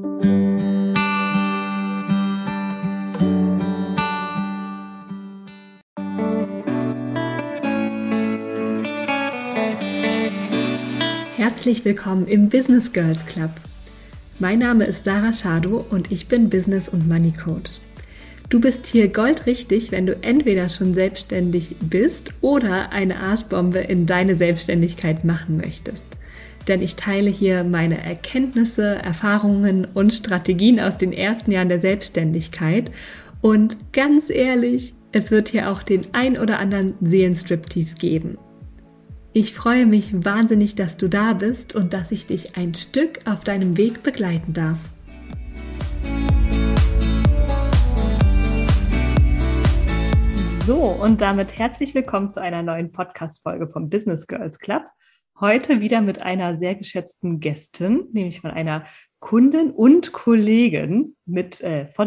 Herzlich willkommen im Business Girls Club. Mein Name ist Sarah Schado und ich bin Business- und Money Coach. Du bist hier goldrichtig, wenn du entweder schon selbstständig bist oder eine Arschbombe in deine Selbstständigkeit machen möchtest. Denn ich teile hier meine Erkenntnisse, Erfahrungen und Strategien aus den ersten Jahren der Selbstständigkeit. Und ganz ehrlich, es wird hier auch den ein oder anderen Seelenstriptease geben. Ich freue mich wahnsinnig, dass du da bist und dass ich dich ein Stück auf deinem Weg begleiten darf. So, und damit herzlich willkommen zu einer neuen Podcast-Folge vom Business Girls Club. Heute wieder mit einer sehr geschätzten Gästin, nämlich von einer Kundin und Kollegin mit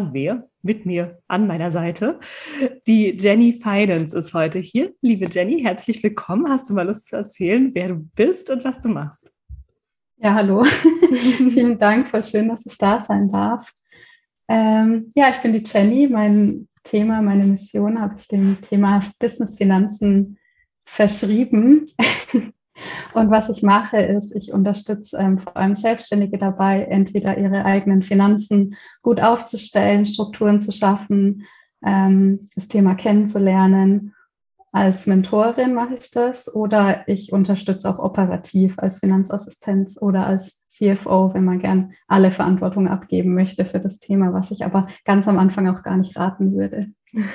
mir an meiner Seite. Die Jenny Finance ist heute hier. Liebe Jenny, herzlich willkommen. Hast du mal Lust zu erzählen, wer du bist und was du machst? Ja, hallo. Vielen Dank, voll schön, dass ich da sein darf. Ich bin die Jenny. Mein Thema, meine Mission habe ich dem Thema Business Finanzen verschrieben. Und was ich mache, ist, ich unterstütze vor allem Selbstständige dabei, entweder ihre eigenen Finanzen gut aufzustellen, Strukturen zu schaffen, das Thema kennenzulernen. Als Mentorin mache ich das oder ich unterstütze auch operativ als Finanzassistenz oder als CFO, wenn man gern alle Verantwortung abgeben möchte für das Thema, was ich aber ganz am Anfang auch gar nicht raten würde.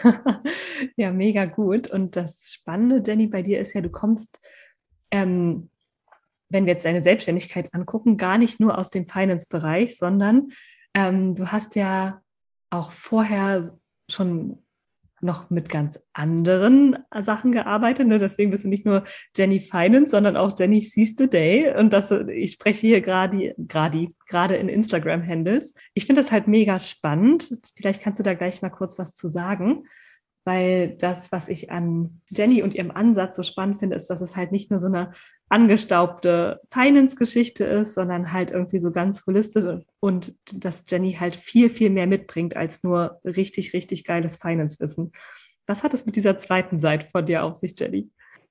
Ja, mega gut. Und das Spannende, Jenny, bei dir ist ja, du kommst wenn wir jetzt deine Selbstständigkeit angucken, gar nicht nur aus dem Finance-Bereich, sondern du hast ja auch vorher schon noch mit ganz anderen Sachen gearbeitet. Ne? Deswegen bist du nicht nur Jenny Finance, sondern auch Jenny Sees the Day. Und ich spreche hier gerade in Instagram-Handles. Ich finde das halt mega spannend. Vielleicht kannst du da gleich mal kurz was zu sagen. Weil das, was ich an Jenny und ihrem Ansatz so spannend finde, ist, dass es halt nicht nur so eine angestaubte Finance-Geschichte ist, sondern halt irgendwie so ganz holistisch und dass Jenny halt viel, viel mehr mitbringt als nur richtig, richtig geiles Finance-Wissen. Was hat es mit dieser zweiten Seite von dir auf sich, Jenny?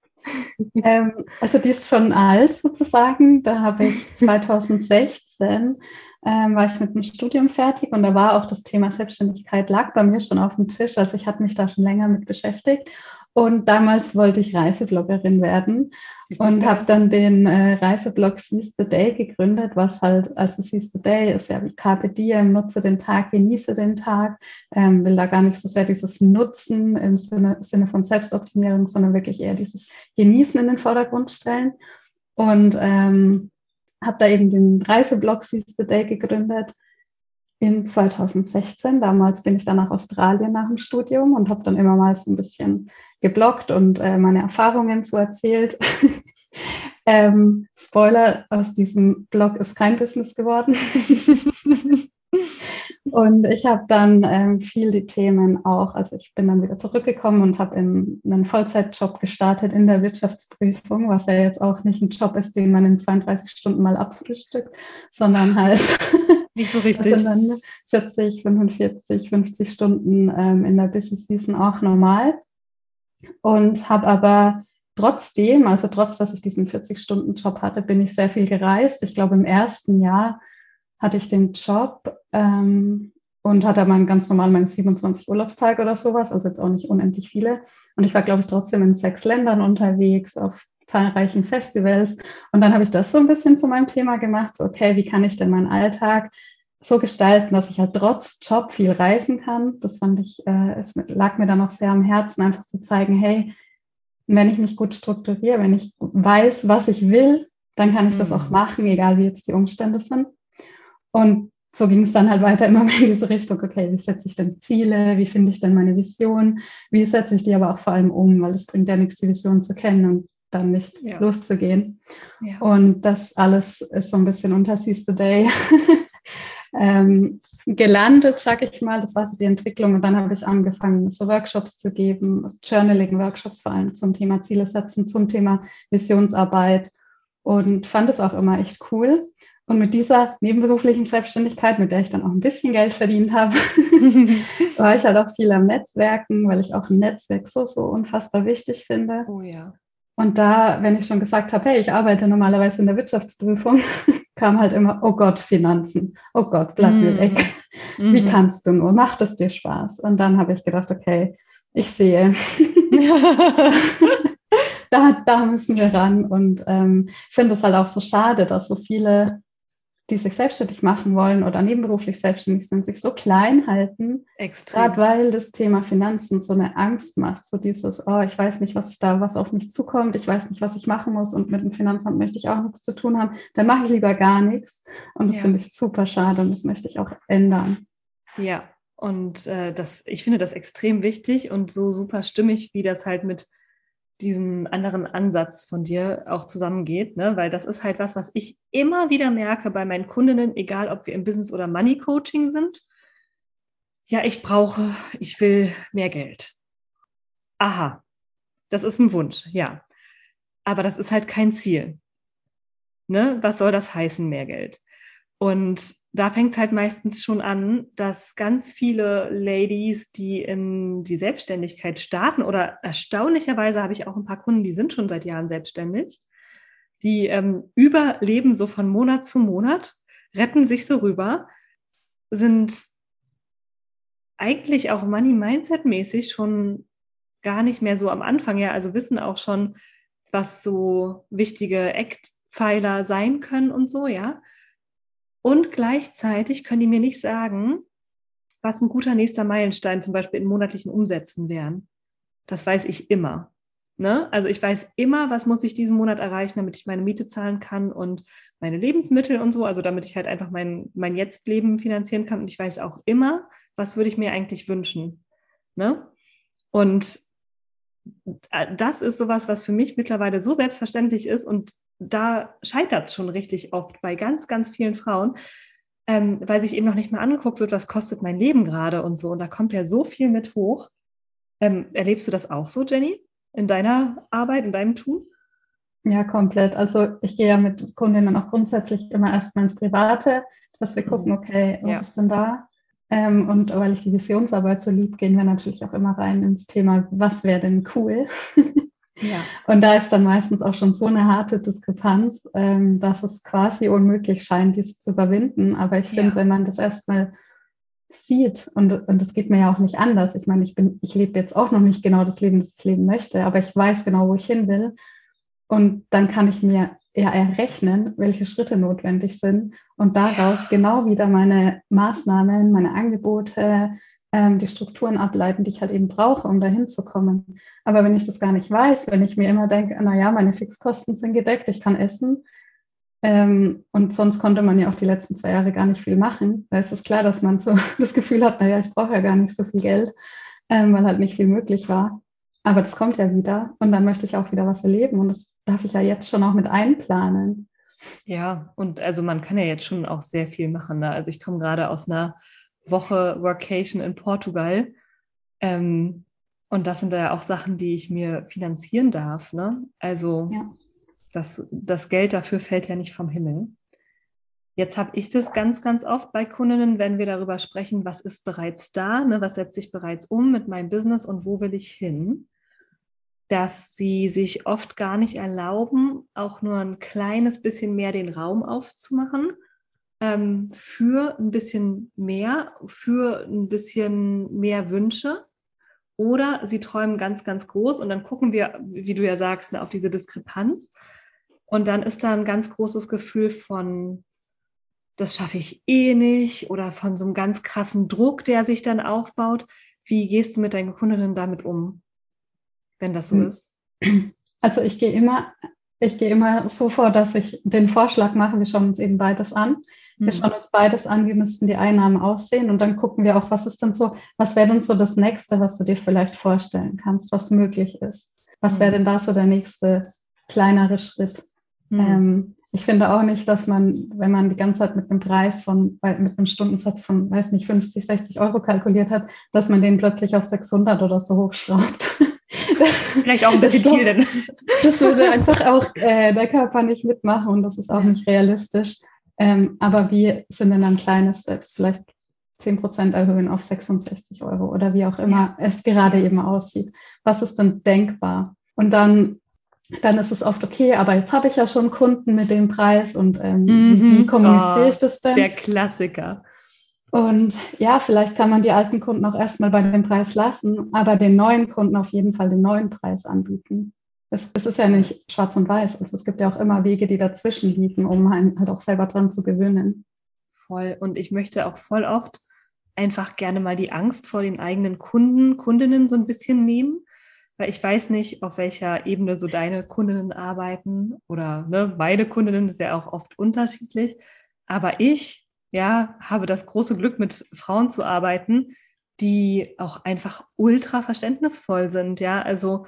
Also die ist schon alt sozusagen. Da habe ich 2016 war ich mit dem Studium fertig und da war auch das Thema Selbstständigkeit lag bei mir schon auf dem Tisch. Also ich hatte mich da schon länger mit beschäftigt und damals wollte ich Reisebloggerin werden und habe dann den Reiseblog Seize the Day gegründet, was halt, also Seize the Day ist ja wie Carpe Diem, nutze den Tag, genieße den Tag, will da gar nicht so sehr dieses Nutzen im Sinne von Selbstoptimierung, sondern wirklich eher dieses Genießen in den Vordergrund stellen und habe da eben den Reiseblog Seize the Day gegründet in 2016. Damals bin ich dann nach Australien nach dem Studium und habe dann immer mal so ein bisschen gebloggt und meine Erfahrungen so erzählt. Spoiler, aus diesem Blog ist kein Business geworden. Und ich habe dann viel die Themen auch, also ich bin dann wieder zurückgekommen und habe einen Vollzeitjob gestartet in der Wirtschaftsprüfung, was ja jetzt auch nicht ein Job ist, den man in 32 Stunden mal abfrühstückt, sondern halt nicht so richtig. Also dann 40, 45, 50 Stunden in der Business Season auch normal. Und habe aber trotzdem, also trotz, dass ich diesen 40-Stunden-Job hatte, bin ich sehr viel gereist. Ich glaube, im ersten Jahr hatte ich den Job und hatte aber ganz normal meine 27 Urlaubstage oder sowas, also jetzt auch nicht unendlich viele. Und ich war, glaube ich, trotzdem in 6 Ländern unterwegs, auf zahlreichen Festivals. Und dann habe ich das so ein bisschen zu meinem Thema gemacht, so okay, wie kann ich denn meinen Alltag so gestalten, dass ich halt trotz Job viel reisen kann. Das fand ich, es lag mir dann auch sehr am Herzen, einfach zu zeigen, hey, wenn ich mich gut strukturiere, wenn ich weiß, was ich will, dann kann ich das auch machen, egal wie jetzt die Umstände sind. Und so ging es dann halt weiter immer mehr in diese Richtung, okay, wie setze ich denn Ziele, wie finde ich denn meine Vision, wie setze ich die aber auch vor allem um, weil es bringt ja nichts, die Vision zu kennen und dann nicht loszugehen. Ja. Und das alles ist so ein bisschen unter Seize the Day gelandet, sag ich mal. Das war so die Entwicklung und dann habe ich angefangen, so Workshops zu geben, Journaling-Workshops vor allem zum Thema Ziele setzen, zum Thema Visionsarbeit und fand es auch immer echt cool. Und mit dieser nebenberuflichen Selbstständigkeit, mit der ich dann auch ein bisschen Geld verdient habe, war ich halt auch viel am Netzwerken, weil ich auch ein Netzwerk so unfassbar wichtig finde. Oh ja. Und da, wenn ich schon gesagt habe, hey, ich arbeite normalerweise in der Wirtschaftsprüfung, kam halt immer, oh Gott, Finanzen, oh Gott, bleib mir weg. Wie kannst du nur? Macht es dir Spaß? Und dann habe ich gedacht, okay, ich sehe, da müssen wir ran. Und ich finde es halt auch so schade, dass so viele, die sich selbstständig machen wollen oder nebenberuflich selbstständig sind, sich so klein halten. Extrem. Gerade weil das Thema Finanzen so eine Angst macht. So dieses, oh, ich weiß nicht, was auf mich zukommt. Ich weiß nicht, was ich machen muss. Und mit dem Finanzamt möchte ich auch nichts zu tun haben. Dann mache ich lieber gar nichts. Und das finde ich super schade. Und das möchte ich auch ändern. Ja, und ich finde das extrem wichtig und so super stimmig, wie das halt mit diesem anderen Ansatz von dir auch zusammengeht, ne? Weil das ist halt was ich immer wieder merke bei meinen Kundinnen, egal ob wir im Business- oder Money-Coaching sind. Ja, ich will mehr Geld. Aha, das ist ein Wunsch, ja. Aber das ist halt kein Ziel. Ne? Was soll das heißen, mehr Geld? Und da fängt es halt meistens schon an, dass ganz viele Ladies, die in die Selbstständigkeit starten, oder erstaunlicherweise habe ich auch ein paar Kunden, die sind schon seit Jahren selbstständig, die überleben so von Monat zu Monat, retten sich so rüber, sind eigentlich auch Money-Mindset-mäßig schon gar nicht mehr so am Anfang, ja, also wissen auch schon, was so wichtige Eckpfeiler sein können und so, ja. Und gleichzeitig können die mir nicht sagen, was ein guter nächster Meilenstein zum Beispiel in monatlichen Umsätzen wären. Das weiß ich immer. Ne? Also ich weiß immer, was muss ich diesen Monat erreichen, damit ich meine Miete zahlen kann und meine Lebensmittel und so, also damit ich halt einfach mein Jetzt-Leben finanzieren kann. Und ich weiß auch immer, was würde ich mir eigentlich wünschen. Ne? Und das ist sowas, was für mich mittlerweile so selbstverständlich ist, und da scheitert es schon richtig oft bei ganz, ganz vielen Frauen, weil sich eben noch nicht mal angeguckt wird, was kostet mein Leben gerade und so. Und da kommt ja so viel mit hoch. Erlebst du das auch so, Jenny, in deiner Arbeit, in deinem Tun? Ja, komplett. Also ich gehe ja mit Kundinnen auch grundsätzlich immer erstmal ins Private, dass wir gucken, okay, was ist denn da? Und weil ich die Visionsarbeit so lieb, gehen wir natürlich auch immer rein ins Thema, was wäre denn cool? Ja. Und da ist dann meistens auch schon so eine harte Diskrepanz, dass es quasi unmöglich scheint, diese zu überwinden. Aber ich finde, wenn man das erstmal sieht, und das geht mir ja auch nicht anders. Ich meine, ich lebe jetzt auch noch nicht genau das Leben, das ich leben möchte, aber ich weiß genau, wo ich hin will. Und dann kann ich mir ja errechnen, welche Schritte notwendig sind und daraus genau wieder meine Maßnahmen, meine Angebote, die Strukturen ableiten, die ich halt eben brauche, um dahin zu kommen. Aber wenn ich das gar nicht weiß, wenn ich mir immer denke, naja, meine Fixkosten sind gedeckt, ich kann essen, und sonst konnte man ja auch die letzten 2 Jahre gar nicht viel machen, da ist es klar, dass man so das Gefühl hat, naja, ich brauche ja gar nicht so viel Geld, weil halt nicht viel möglich war. Aber das kommt ja wieder und dann möchte ich auch wieder was erleben und das darf ich ja jetzt schon auch mit einplanen. Ja, und also man kann ja jetzt schon auch sehr viel machen. Ne? Also ich komme gerade aus einer Woche Workation in Portugal, und das sind da ja auch Sachen, die ich mir finanzieren darf. Ne? Also das Geld dafür fällt ja nicht vom Himmel. Jetzt habe ich das ganz, ganz oft bei Kundinnen, wenn wir darüber sprechen, was ist bereits da, ne? Was setzt sich bereits um mit meinem Business und wo will ich hin, dass sie sich oft gar nicht erlauben, auch nur ein kleines bisschen mehr den Raum aufzumachen, für ein bisschen mehr Wünsche. Oder sie träumen ganz, ganz groß und dann gucken wir, wie du ja sagst, auf diese Diskrepanz. Und dann ist da ein ganz großes Gefühl von, das schaffe ich eh nicht, oder von so einem ganz krassen Druck, der sich dann aufbaut. Wie gehst du mit deinen Kundinnen damit um, wenn das so ist? Also ich gehe immer so vor, dass ich den Vorschlag mache, wir schauen uns eben beides an. Wir schauen uns beides an, wie müssten die Einnahmen aussehen und dann gucken wir auch, was wäre denn so das Nächste, was du dir vielleicht vorstellen kannst, was möglich ist. Was wäre denn da so der nächste kleinere Schritt? Ich finde auch nicht, dass man, wenn man die ganze Zeit mit einem mit einem Stundensatz von, weiß nicht, 50, 60 Euro kalkuliert hat, dass man den plötzlich auf 600 oder so hochschraubt. Vielleicht auch ein bisschen viel, denn das würde einfach auch der Körper nicht mitmachen und das ist auch nicht realistisch. Aber wie sind denn dann kleine Steps? Vielleicht 10% erhöhen auf 66 € oder wie auch immer es gerade eben aussieht. Was ist denn denkbar? Und dann ist es oft okay, aber jetzt habe ich ja schon Kunden mit dem Preis und wie kommuniziere ich das denn? Der Klassiker. Und ja, vielleicht kann man die alten Kunden auch erstmal bei dem Preis lassen, aber den neuen Kunden auf jeden Fall den neuen Preis anbieten. Es ist ja nicht schwarz und weiß. Also es gibt ja auch immer Wege, die dazwischen liegen, um halt auch selber dran zu gewöhnen. Voll. Und ich möchte auch voll oft einfach gerne mal die Angst vor den eigenen Kunden, Kundinnen so ein bisschen nehmen, weil ich weiß nicht, auf welcher Ebene so deine Kundinnen arbeiten oder meine Kundinnen, das ist ja auch oft unterschiedlich. Aber ich habe das große Glück, mit Frauen zu arbeiten, die auch einfach ultra verständnisvoll sind. Ja, also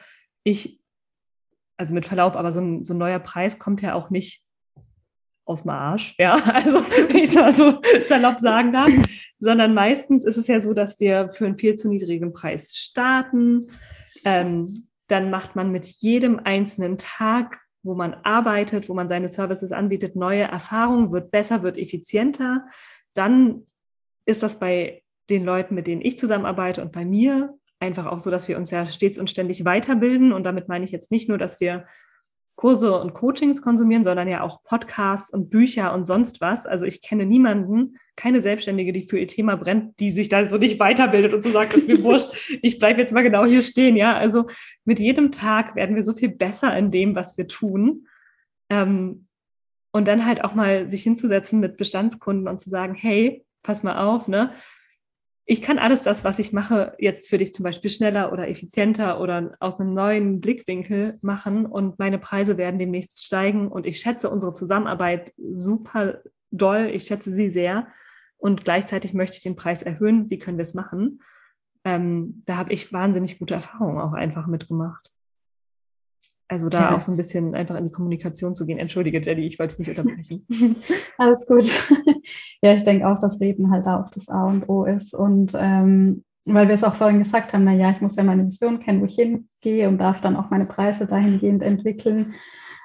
mit Verlaub, aber so ein neuer Preis kommt ja auch nicht aus dem Arsch, ja, also wenn ich es mal so salopp sagen darf, sondern meistens ist es ja so, dass wir für einen viel zu niedrigen Preis starten. Dann macht man mit jedem einzelnen Tag, wo man arbeitet, wo man seine Services anbietet, neue Erfahrungen, wird besser, wird effizienter. Dann ist das bei den Leuten, mit denen ich zusammenarbeite und bei mir einfach auch so, dass wir uns ja stets und ständig weiterbilden. Und damit meine ich jetzt nicht nur, dass wir Kurse und Coachings konsumieren, sondern ja auch Podcasts und Bücher und sonst was. Also ich kenne niemanden, keine Selbstständige, die für ihr Thema brennt, die sich da so nicht weiterbildet und so sagt, ist mir wurscht, ich bleibe jetzt mal genau hier stehen. Ja, also mit jedem Tag werden wir so viel besser in dem, was wir tun. Und dann halt auch mal sich hinzusetzen mit Bestandskunden und zu sagen, hey, pass mal auf, ne? Ich kann alles das, was ich mache, jetzt für dich zum Beispiel schneller oder effizienter oder aus einem neuen Blickwinkel machen und meine Preise werden demnächst steigen und ich schätze unsere Zusammenarbeit super doll, ich schätze sie sehr und gleichzeitig möchte ich den Preis erhöhen. Wie können wir es machen? Da habe ich wahnsinnig gute Erfahrungen auch einfach mitgemacht. Also da auch so ein bisschen einfach in die Kommunikation zu gehen. Entschuldige, Jenny, ich wollte dich nicht unterbrechen. Alles gut. Ja, ich denke auch, dass Reden halt auch das A und O ist. Und weil wir es auch vorhin gesagt haben, naja, ich muss ja meine Mission kennen, wo ich hingehe und darf dann auch meine Preise dahingehend entwickeln.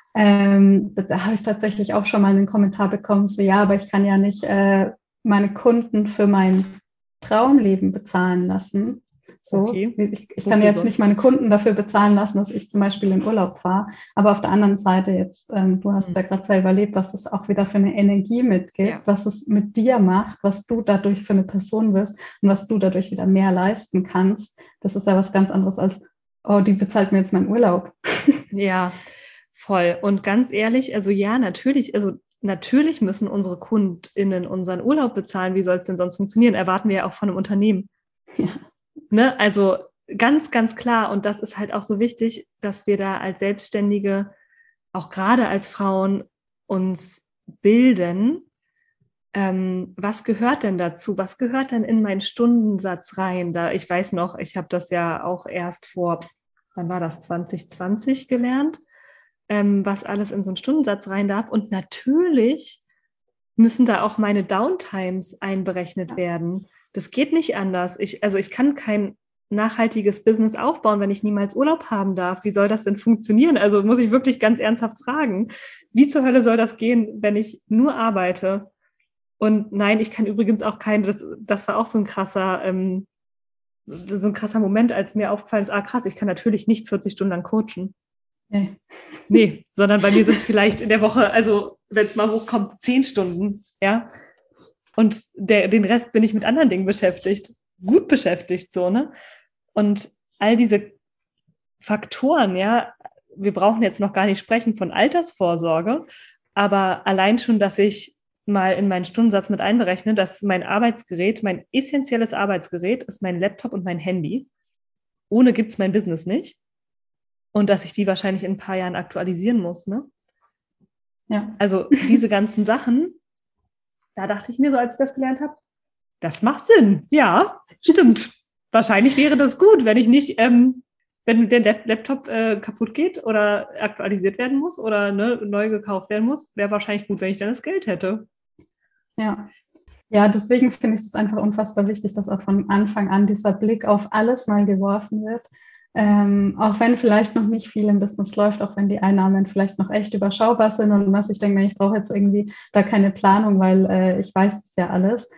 Da habe ich tatsächlich auch schon mal einen Kommentar bekommen, so ja, aber ich kann ja nicht meine Kunden für mein Traumleben bezahlen lassen. So, okay. Ich kann jetzt nicht meine Kunden dafür bezahlen lassen, dass ich zum Beispiel in Urlaub fahre. Aber auf der anderen Seite jetzt, du hast ja gerade selber erlebt, was es auch wieder für eine Energie mitgibt, was es mit dir macht, was du dadurch für eine Person wirst und was du dadurch wieder mehr leisten kannst. Das ist ja was ganz anderes als, oh, die bezahlt mir jetzt meinen Urlaub. Ja, voll. Und ganz ehrlich, also ja, natürlich müssen unsere KundInnen unseren Urlaub bezahlen. Wie soll es denn sonst funktionieren? Erwarten wir ja auch von einem Unternehmen. Ja. Ne? Also ganz, ganz klar. Und das ist halt auch so wichtig, dass wir da als Selbstständige, auch gerade als Frauen, uns bilden. Was gehört denn dazu? Was gehört denn in meinen Stundensatz rein? Ich weiß noch, ich habe das ja auch erst vor, wann war das, 2020 gelernt, was alles in so einen Stundensatz rein darf. Und natürlich müssen da auch meine Downtimes einberechnet werden. Das geht nicht anders. Ich kann kein nachhaltiges Business aufbauen, wenn ich niemals Urlaub haben darf. Wie soll das denn funktionieren? Also muss ich wirklich ganz ernsthaft fragen, wie zur Hölle soll das gehen, wenn ich nur arbeite? Und nein, ich kann übrigens auch das war auch so ein krasser Moment, als mir aufgefallen ist, krass, ich kann natürlich nicht 40 Stunden lang coachen. Nee, sondern bei mir sind es vielleicht in der Woche, also wenn es mal hochkommt, 10 Stunden, ja. Und den Rest bin ich mit anderen Dingen beschäftigt, gut beschäftigt, so, ne? Und all diese Faktoren, ja, wir brauchen jetzt noch gar nicht sprechen von Altersvorsorge, aber allein schon, dass ich mal in meinen Stundensatz mit einberechne, dass mein Arbeitsgerät, mein essentielles Arbeitsgerät ist mein Laptop und mein Handy. Ohne gibt es mein Business nicht. Und dass ich die wahrscheinlich in ein paar Jahren aktualisieren muss, ne? Ja. Also diese ganzen Sachen, da dachte ich mir so, als ich das gelernt habe, das macht Sinn. Ja, stimmt. Wahrscheinlich wäre das gut, wenn ich nicht, wenn der Laptop kaputt geht oder aktualisiert werden muss oder neu gekauft werden muss, wäre wahrscheinlich gut, wenn ich dann das Geld hätte. Ja, deswegen finde ich es einfach unfassbar wichtig, dass auch von Anfang an dieser Blick auf alles mal geworfen wird. Auch wenn vielleicht noch nicht viel im Business läuft, auch wenn die Einnahmen vielleicht noch echt überschaubar sind und was ich denke, ich brauche jetzt irgendwie da keine Planung, weil ich weiß es ja alles.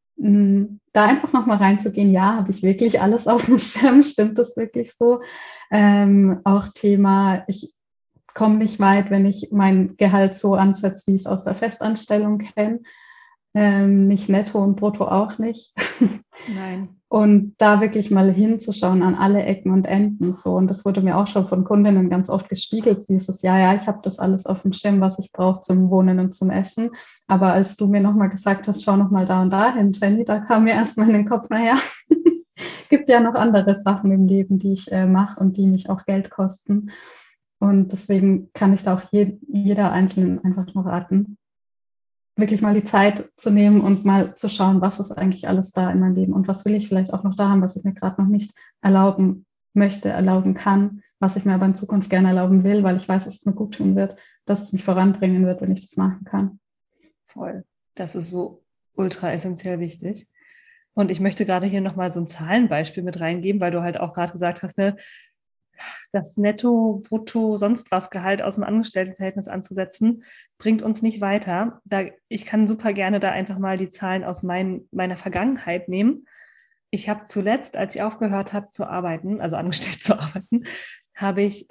Da einfach nochmal reinzugehen, ja, habe ich wirklich alles auf dem Schirm, stimmt das wirklich so? Auch Thema, ich komme nicht weit, wenn ich mein Gehalt so ansetze, wie ich es aus der Festanstellung kenne. Nicht netto und brutto auch nicht. Nein. Und da wirklich mal hinzuschauen an alle Ecken und Enden so. Und das wurde mir auch schon von Kundinnen ganz oft gespiegelt, dieses, ja, ich habe das alles auf dem Schirm, was ich brauche zum Wohnen und zum Essen. Aber als du mir nochmal gesagt hast, schau nochmal da und da hin, Jenny, da kam mir erstmal in den Kopf, naja, gibt ja noch andere Sachen im Leben, die ich mache und die mich auch Geld kosten. Und deswegen kann ich da auch jeder Einzelnen einfach nur raten, wirklich mal die Zeit zu nehmen und mal zu schauen, was ist eigentlich alles da in meinem Leben und was will ich vielleicht auch noch da haben, was ich mir gerade noch nicht erlauben möchte, erlauben kann, was ich mir aber in Zukunft gerne erlauben will, weil ich weiß, dass es mir gut tun wird, dass es mich voranbringen wird, wenn ich das machen kann. Voll. Das ist so ultra essentiell wichtig. Und ich möchte gerade hier nochmal so ein Zahlenbeispiel mit reingeben, weil du halt auch gerade gesagt hast, ne, das Netto, Brutto, sonst was Gehalt aus dem Angestelltenverhältnis anzusetzen, bringt uns nicht weiter. Ich kann super gerne da einfach mal die Zahlen aus meiner Vergangenheit nehmen. Ich habe zuletzt, als ich aufgehört habe zu arbeiten, also angestellt zu arbeiten, habe ich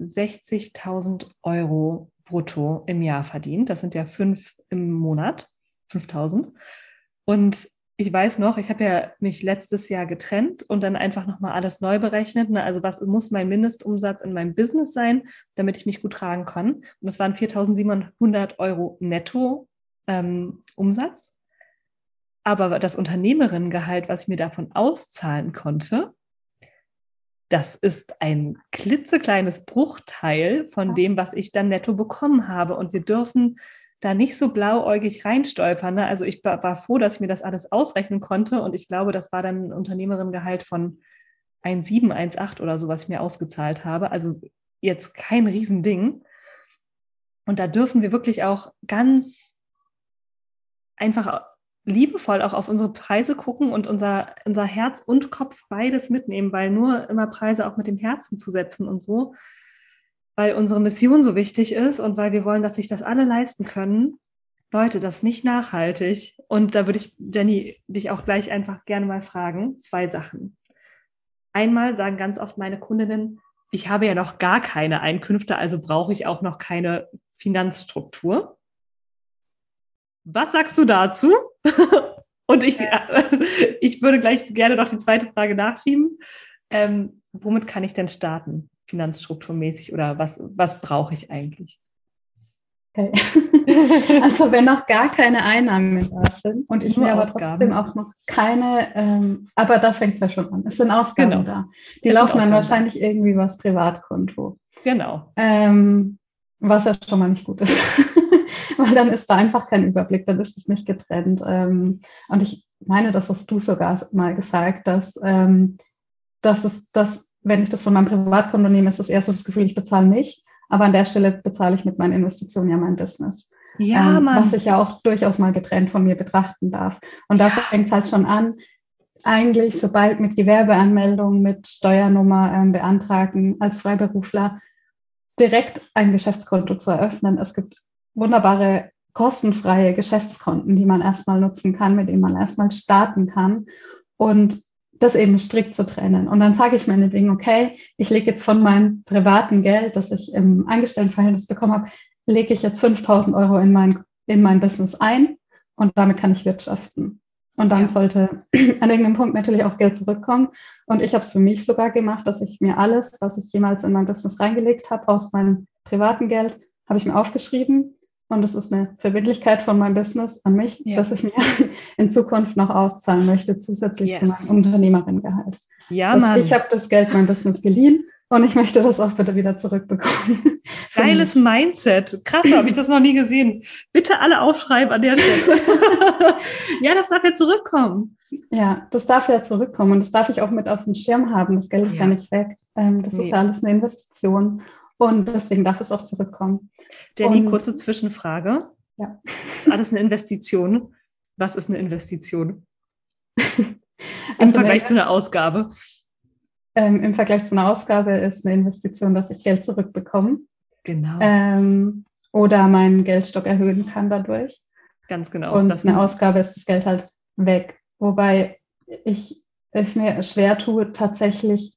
60.000 Euro brutto im Jahr verdient. Das sind ja 5 im Monat, 5.000. Und ich weiß noch, ich habe ja mich letztes Jahr getrennt und dann einfach nochmal alles neu berechnet. Ne? Also was muss mein Mindestumsatz in meinem Business sein, damit ich mich gut tragen kann? Und das waren 4.700 Euro netto Umsatz. Aber das Unternehmerinnengehalt, was ich mir davon auszahlen konnte, das ist ein klitzekleines Bruchteil von dem, was ich dann netto bekommen habe. Und wir dürfen da nicht so blauäugig reinstolpern. Ne? Also ich war froh, dass ich mir das alles ausrechnen konnte. Und ich glaube, das war dann ein Unternehmerinnengehalt von 1,7, 1,8 oder so, was ich mir ausgezahlt habe. Also jetzt kein Riesending. Und da dürfen wir wirklich auch ganz einfach liebevoll auch auf unsere Preise gucken und unser Herz und Kopf beides mitnehmen, weil nur immer Preise auch mit dem Herzen zu setzen und so, weil unsere Mission so wichtig ist und weil wir wollen, dass sich das alle leisten können. Leute, das ist nicht nachhaltig. Und da würde ich, Jenny, dich auch gleich einfach gerne mal fragen, 2 Sachen. Einmal sagen ganz oft meine Kundinnen, ich habe ja noch gar keine Einkünfte, also brauche ich auch noch keine Finanzstruktur. Was sagst du dazu? Und ich würde gleich gerne noch die zweite Frage nachschieben. Womit kann ich denn starten, finanzstrukturmäßig, oder was brauche ich eigentlich? Okay. Also wenn noch gar keine Einnahmen da sind und ich mir aber trotzdem auch noch keine, aber da fängt es ja schon an. Es sind Ausgaben da. Die laufen dann wahrscheinlich irgendwie übers Privatkonto. Genau. Was ja schon mal nicht gut ist. Weil dann ist da einfach kein Überblick, dann ist es nicht getrennt. Und ich meine, das hast du sogar mal gesagt, dass wenn ich das von meinem Privatkonto nehme, ist es eher so das Gefühl, ich bezahle mich. Aber an der Stelle bezahle ich mit meinen Investitionen ja mein Business. Ja, was ich ja auch durchaus mal getrennt von mir betrachten darf. Und da fängt es halt schon an, eigentlich sobald mit Gewerbeanmeldung, mit Steuernummer beantragen als Freiberufler, direkt ein Geschäftskonto zu eröffnen. Es gibt wunderbare kostenfreie Geschäftskonten, die man erstmal nutzen kann, mit denen man erstmal starten kann und das eben strikt zu trennen. Und dann sage ich meinetwegen, okay, ich lege jetzt von meinem privaten Geld, das ich im Angestelltenverhältnis bekommen habe, lege ich jetzt 5.000 Euro in mein Business ein und damit kann ich wirtschaften. Und dann sollte an irgendeinem Punkt natürlich auch Geld zurückkommen. Und ich habe es für mich sogar gemacht, dass ich mir alles, was ich jemals in mein Business reingelegt habe, aus meinem privaten Geld, habe ich mir aufgeschrieben. Und das ist eine Verbindlichkeit von meinem Business an mich, dass ich mir in Zukunft noch auszahlen möchte, zusätzlich zu meinem Unternehmerinnengehalt. Ja, Mann. Ich habe das Geld mein Business geliehen und ich möchte das auch bitte wieder zurückbekommen. Geiles Mindset. Krass, habe ich das noch nie gesehen. Bitte alle aufschreiben an der Stelle. Ja, das darf ja zurückkommen. Ja, das darf ja zurückkommen und das darf ich auch mit auf dem Schirm haben. Das Geld ist ja nicht weg. Das ist ja alles eine Investition. Und deswegen darf es auch zurückkommen. Jenny, kurze Zwischenfrage. Ja. Ist alles eine Investition? Was ist eine Investition? Im Vergleich zu einer Ausgabe? im Vergleich zu einer Ausgabe ist eine Investition, dass ich Geld zurückbekomme. Genau. Oder meinen Geldstock erhöhen kann dadurch. Ganz genau. Und eine Ausgabe ist das Geld halt weg. Wobei ich mir schwer tue, tatsächlich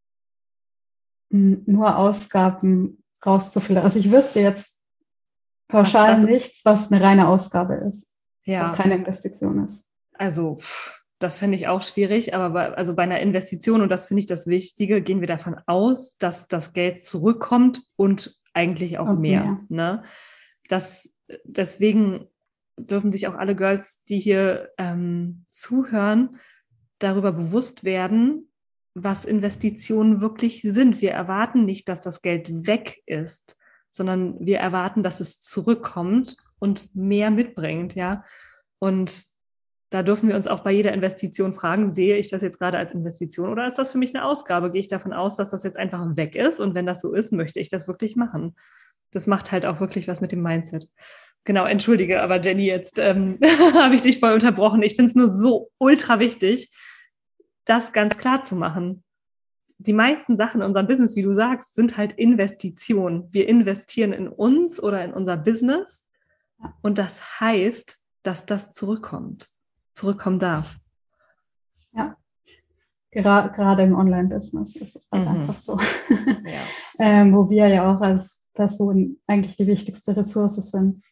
nur Ausgaben rauszufiltern. Also ich wüsste jetzt pauschal nichts, was eine reine Ausgabe ist, was keine Investition ist. Also das finde ich auch schwierig, aber bei einer Investition, und das finde ich das Wichtige, gehen wir davon aus, dass das Geld zurückkommt und eigentlich auch mehr. Ne? Deswegen dürfen sich auch alle Girls, die hier zuhören, darüber bewusst werden, was Investitionen wirklich sind. Wir erwarten nicht, dass das Geld weg ist, sondern wir erwarten, dass es zurückkommt und mehr mitbringt, ja. Und da dürfen wir uns auch bei jeder Investition fragen, sehe ich das jetzt gerade als Investition oder ist das für mich eine Ausgabe? Gehe ich davon aus, dass das jetzt einfach weg ist? Und wenn das so ist, möchte ich das wirklich machen? Das macht halt auch wirklich was mit dem Mindset. Genau, entschuldige, aber Jenny, jetzt habe ich dich voll unterbrochen. Ich finde es nur so ultra wichtig, das ganz klar zu machen. Die meisten Sachen in unserem Business, wie du sagst, sind halt Investitionen. Wir investieren in uns oder in unser Business und das heißt, dass das zurückkommen darf. Ja, gerade im Online-Business ist es halt einfach so. Ja. Wo wir ja auch als Person eigentlich die wichtigste Ressource sind.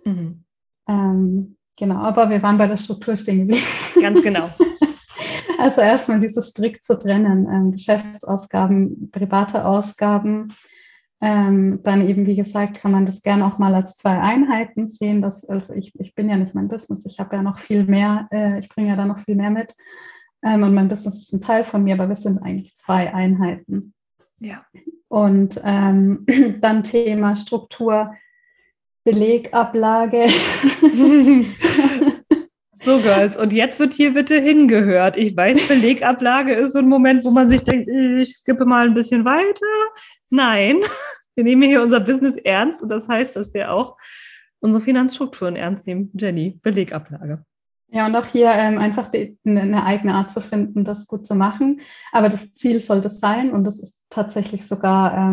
Genau, aber wir waren bei der Struktur stehen geblieben. Ganz genau. Also erstmal dieses strikt zu trennen, Geschäftsausgaben, private Ausgaben. Dann eben, wie gesagt, kann man das gerne auch mal als 2 Einheiten sehen. Also ich bin ja nicht mein Business, ich habe ja noch viel mehr, ich bringe ja da noch viel mehr mit. Und mein Business ist ein Teil von mir, aber wir sind eigentlich 2 Einheiten. Ja. Und dann Thema Struktur, Belegablage. So, Girls, und jetzt wird hier bitte hingehört. Ich weiß, Belegablage ist so ein Moment, wo man sich denkt, ich skippe mal ein bisschen weiter. Nein, wir nehmen hier unser Business ernst und das heißt, dass wir auch unsere Finanzstrukturen ernst nehmen. Jenny, Belegablage. Ja, und auch hier einfach eine eigene Art zu finden, das gut zu machen. Aber das Ziel sollte sein, und das ist tatsächlich sogar,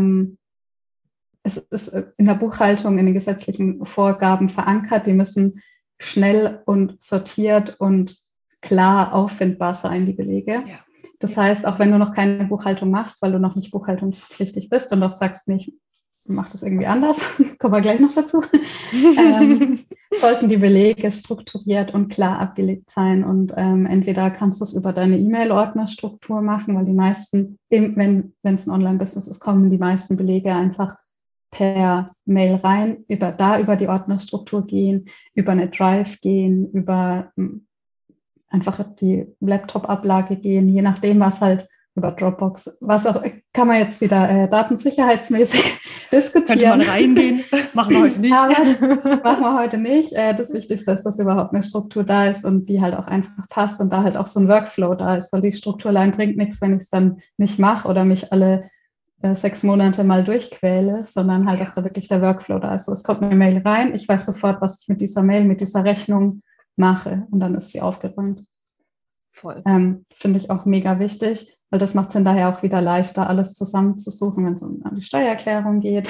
es ist in der Buchhaltung, in den gesetzlichen Vorgaben verankert, die müssen schnell und sortiert und klar auffindbar sein, die Belege. Ja. Das heißt, auch wenn du noch keine Buchhaltung machst, weil du noch nicht buchhaltungspflichtig bist und auch sagst, nee, ich mache das irgendwie anders, kommen wir gleich noch dazu, sollten die Belege strukturiert und klar abgelegt sein. Und entweder kannst du es über deine E-Mail-Ordnerstruktur machen, weil die meisten, wenn es ein Online-Business ist, kommen die meisten Belege einfach per Mail rein, über die Ordnerstruktur gehen, über eine Drive gehen, über einfach die Laptop-Ablage gehen, je nachdem, was halt über Dropbox, was auch, kann man jetzt wieder datensicherheitsmäßig diskutieren. Könnte man reingehen, machen wir heute nicht. Aber machen wir heute nicht. Das Wichtigste ist, dass überhaupt eine Struktur da ist und die halt auch einfach passt und da halt auch so ein Workflow da ist, weil die Struktur allein bringt nichts, wenn ich es dann nicht mache oder mich alle 6 Monate mal durchquäle, sondern halt, dass da wirklich der Workflow da ist. So, es kommt eine Mail rein, ich weiß sofort, was ich mit dieser Mail, mit dieser Rechnung mache und dann ist sie aufgeräumt. Voll. Finde ich auch mega wichtig, weil das macht es dann daher auch wieder leichter, alles zusammenzusuchen, wenn es um die Steuererklärung geht.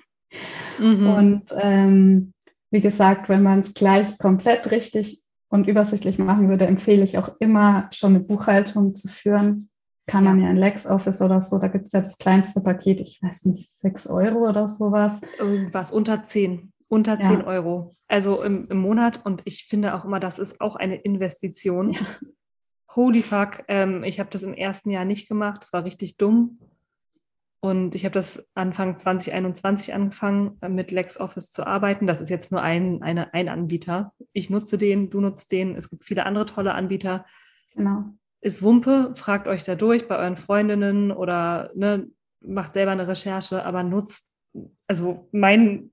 Und wie gesagt, wenn man es gleich komplett richtig und übersichtlich machen würde, empfehle ich auch immer, schon eine Buchhaltung zu führen. Kann man ja in LexOffice oder so, da gibt es ja das kleinste Paket, ich weiß nicht, 6 Euro oder sowas. Irgendwas, unter 10 Euro. Also im Monat, und ich finde auch immer, das ist auch eine Investition. Ja. Holy fuck, ich habe das im ersten Jahr nicht gemacht, das war richtig dumm. Und ich habe das Anfang 2021 angefangen, mit LexOffice zu arbeiten. Das ist jetzt nur ein Anbieter. Ich nutze den, du nutzt den, es gibt viele andere tolle Anbieter. Genau. Ist Wumpe, fragt euch da durch bei euren Freundinnen oder macht selber eine Recherche, aber nutzt, also meine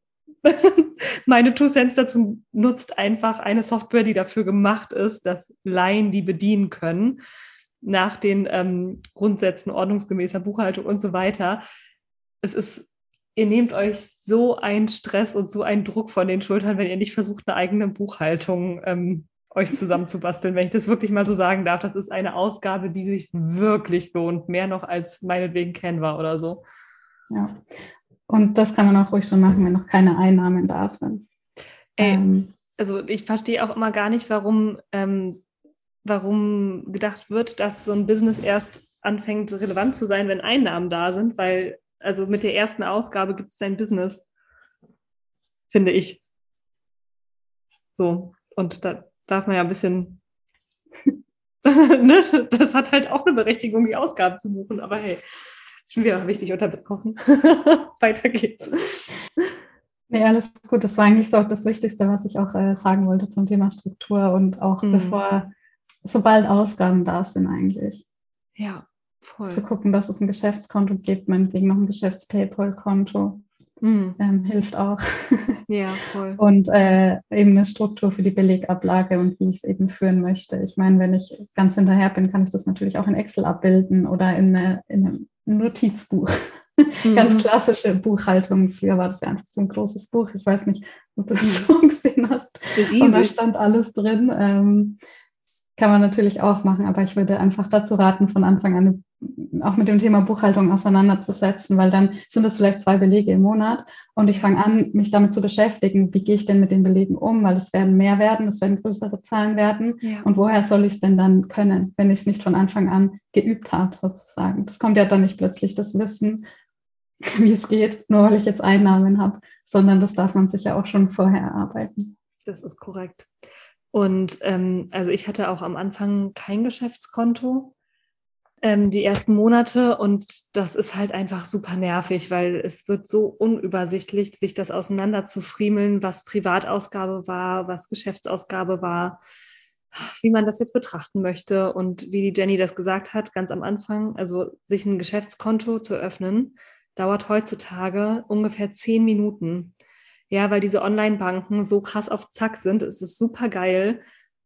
2 Cents dazu, nutzt einfach eine Software, die dafür gemacht ist, dass Laien die bedienen können, nach den Grundsätzen ordnungsgemäßer Buchhaltung und so weiter. Ihr nehmt euch so einen Stress und so einen Druck von den Schultern, wenn ihr nicht versucht, eine eigene Buchhaltung euch zusammenzubasteln, wenn ich das wirklich mal so sagen darf. Das ist eine Ausgabe, die sich wirklich lohnt, mehr noch als meinetwegen Canva oder so. Ja, und das kann man auch ruhig schon machen, wenn noch keine Einnahmen da sind. Also ich verstehe auch immer gar nicht, warum gedacht wird, dass so ein Business erst anfängt relevant zu sein, wenn Einnahmen da sind, weil also mit der ersten Ausgabe gibt es dein Business, finde ich. So, und da darf man ja ein bisschen, ne? Das hat halt auch eine Berechtigung, die Ausgaben zu buchen, aber hey, schon wieder richtig unterbrochen. Weiter geht's. Nee, alles gut. Das war eigentlich so auch das Wichtigste, was ich auch sagen wollte zum Thema Struktur und auch sobald Ausgaben da sind eigentlich. Ja, voll. Zu gucken, dass es ein Geschäftskonto gibt, meinetwegen noch ein Geschäfts-PayPal-Konto. Hilft auch. Ja, voll. Und eben eine Struktur für die Belegablage und wie ich es eben führen möchte. Ich meine, wenn ich ganz hinterher bin, kann ich das natürlich auch in Excel abbilden oder in einem Notizbuch. Ganz klassische Buchhaltung. Früher war das ja einfach so ein großes Buch. Ich weiß nicht, ob du das schon gesehen hast. Riesig. Und da stand alles drin. Kann man natürlich auch machen, aber ich würde einfach dazu raten, von Anfang an auch mit dem Thema Buchhaltung auseinanderzusetzen, weil dann sind das vielleicht 2 Belege im Monat und ich fange an, mich damit zu beschäftigen, wie gehe ich denn mit den Belegen um, weil es werden mehr werden, es werden größere Zahlen werden und woher soll ich es denn dann können, wenn ich es nicht von Anfang an geübt habe sozusagen. Das kommt ja dann nicht plötzlich das Wissen, wie es geht, nur weil ich jetzt Einnahmen habe, sondern das darf man sich ja auch schon vorher erarbeiten. Das ist korrekt. Und also ich hatte auch am Anfang kein Geschäftskonto, die ersten Monate, und das ist halt einfach super nervig, weil es wird so unübersichtlich, sich das auseinander zu friemeln, was Privatausgabe war, was Geschäftsausgabe war, wie man das jetzt betrachten möchte. Und wie die Jenny das gesagt hat, ganz am Anfang, also sich ein Geschäftskonto zu öffnen, dauert heutzutage ungefähr 10 Minuten. Ja, weil diese Online-Banken so krass auf Zack sind. Es ist super geil.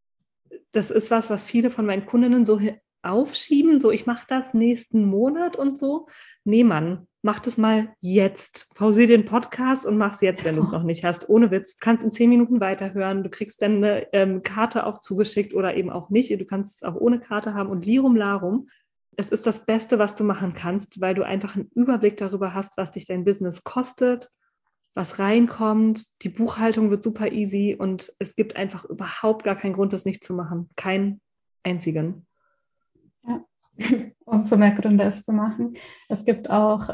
Das ist was viele von meinen Kundinnen so aufschieben, so ich mache das nächsten Monat und so. Nee, Mann, mach das mal jetzt. Pausier den Podcast und mach's jetzt, wenn du es noch nicht hast. Ohne Witz. Du kannst in 10 Minuten weiterhören. Du kriegst dann eine Karte auch zugeschickt oder eben auch nicht. Du kannst es auch ohne Karte haben und Lirum Larum. Es ist das Beste, was du machen kannst, weil du einfach einen Überblick darüber hast, was dich dein Business kostet, was reinkommt. Die Buchhaltung wird super easy und es gibt einfach überhaupt gar keinen Grund, das nicht zu machen. Keinen einzigen. Ja, umso mehr Gründe es zu machen. Es gibt auch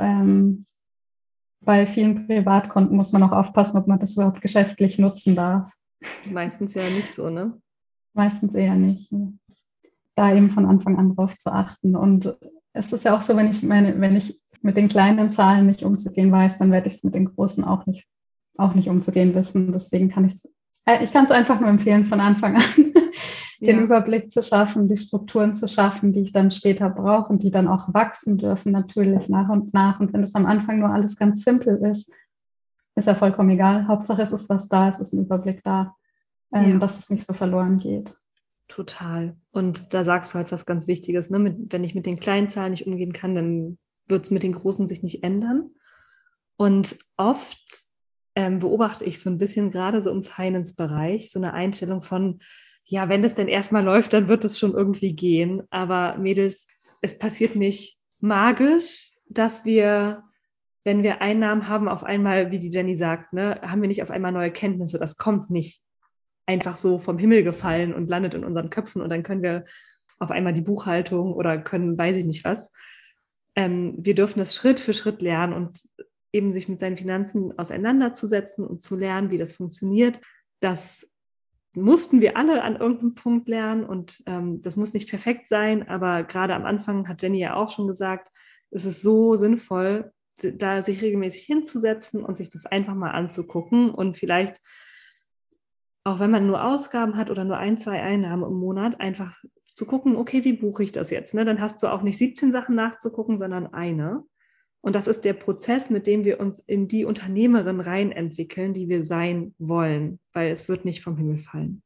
bei vielen Privatkonten muss man auch aufpassen, ob man das überhaupt geschäftlich nutzen darf. Meistens ja nicht so, ne? Meistens eher nicht. Da eben von Anfang an drauf zu achten. Und es ist ja auch so, wenn ich mit den kleinen Zahlen nicht umzugehen weiß, dann werde ich es mit den großen auch nicht umzugehen wissen. Deswegen kann ich es einfach nur empfehlen, von Anfang an den Überblick zu schaffen, die Strukturen zu schaffen, die ich dann später brauche und die dann auch wachsen dürfen, natürlich nach und nach. Und wenn es am Anfang nur alles ganz simpel ist, ist ja vollkommen egal. Hauptsache es ist was da, es ist ein Überblick da, dass es nicht so verloren geht. Total. Und da sagst du halt was ganz Wichtiges, ne? Wenn ich mit den kleinen Zahlen nicht umgehen kann, dann wird es mit den großen sich nicht ändern. Und oft beobachte ich so ein bisschen gerade so im Finance-Bereich so eine Einstellung von, ja, wenn das denn erstmal läuft, dann wird es schon irgendwie gehen. Aber Mädels, es passiert nicht magisch, dass wir, wenn wir Einnahmen haben, auf einmal, wie die Jenny sagt, ne, haben wir nicht auf einmal neue Kenntnisse. Das kommt nicht einfach so vom Himmel gefallen und landet in unseren Köpfen und dann können wir auf einmal die Buchhaltung oder können, weiß ich nicht was. Wir dürfen das Schritt für Schritt lernen und eben sich mit seinen Finanzen auseinanderzusetzen und zu lernen, wie das funktioniert. Das mussten wir alle an irgendeinem Punkt lernen und das muss nicht perfekt sein, aber gerade am Anfang hat Jenny ja auch schon gesagt, es ist so sinnvoll, da sich regelmäßig hinzusetzen und sich das einfach mal anzugucken und vielleicht, auch wenn man nur Ausgaben hat oder nur 1, 2 Einnahmen im Monat, einfach zu gucken, okay, wie buche ich das jetzt? Ne? Dann hast du auch nicht 17 Sachen nachzugucken, sondern eine. Und das ist der Prozess, mit dem wir uns in die Unternehmerin rein entwickeln, die wir sein wollen, weil es wird nicht vom Himmel fallen.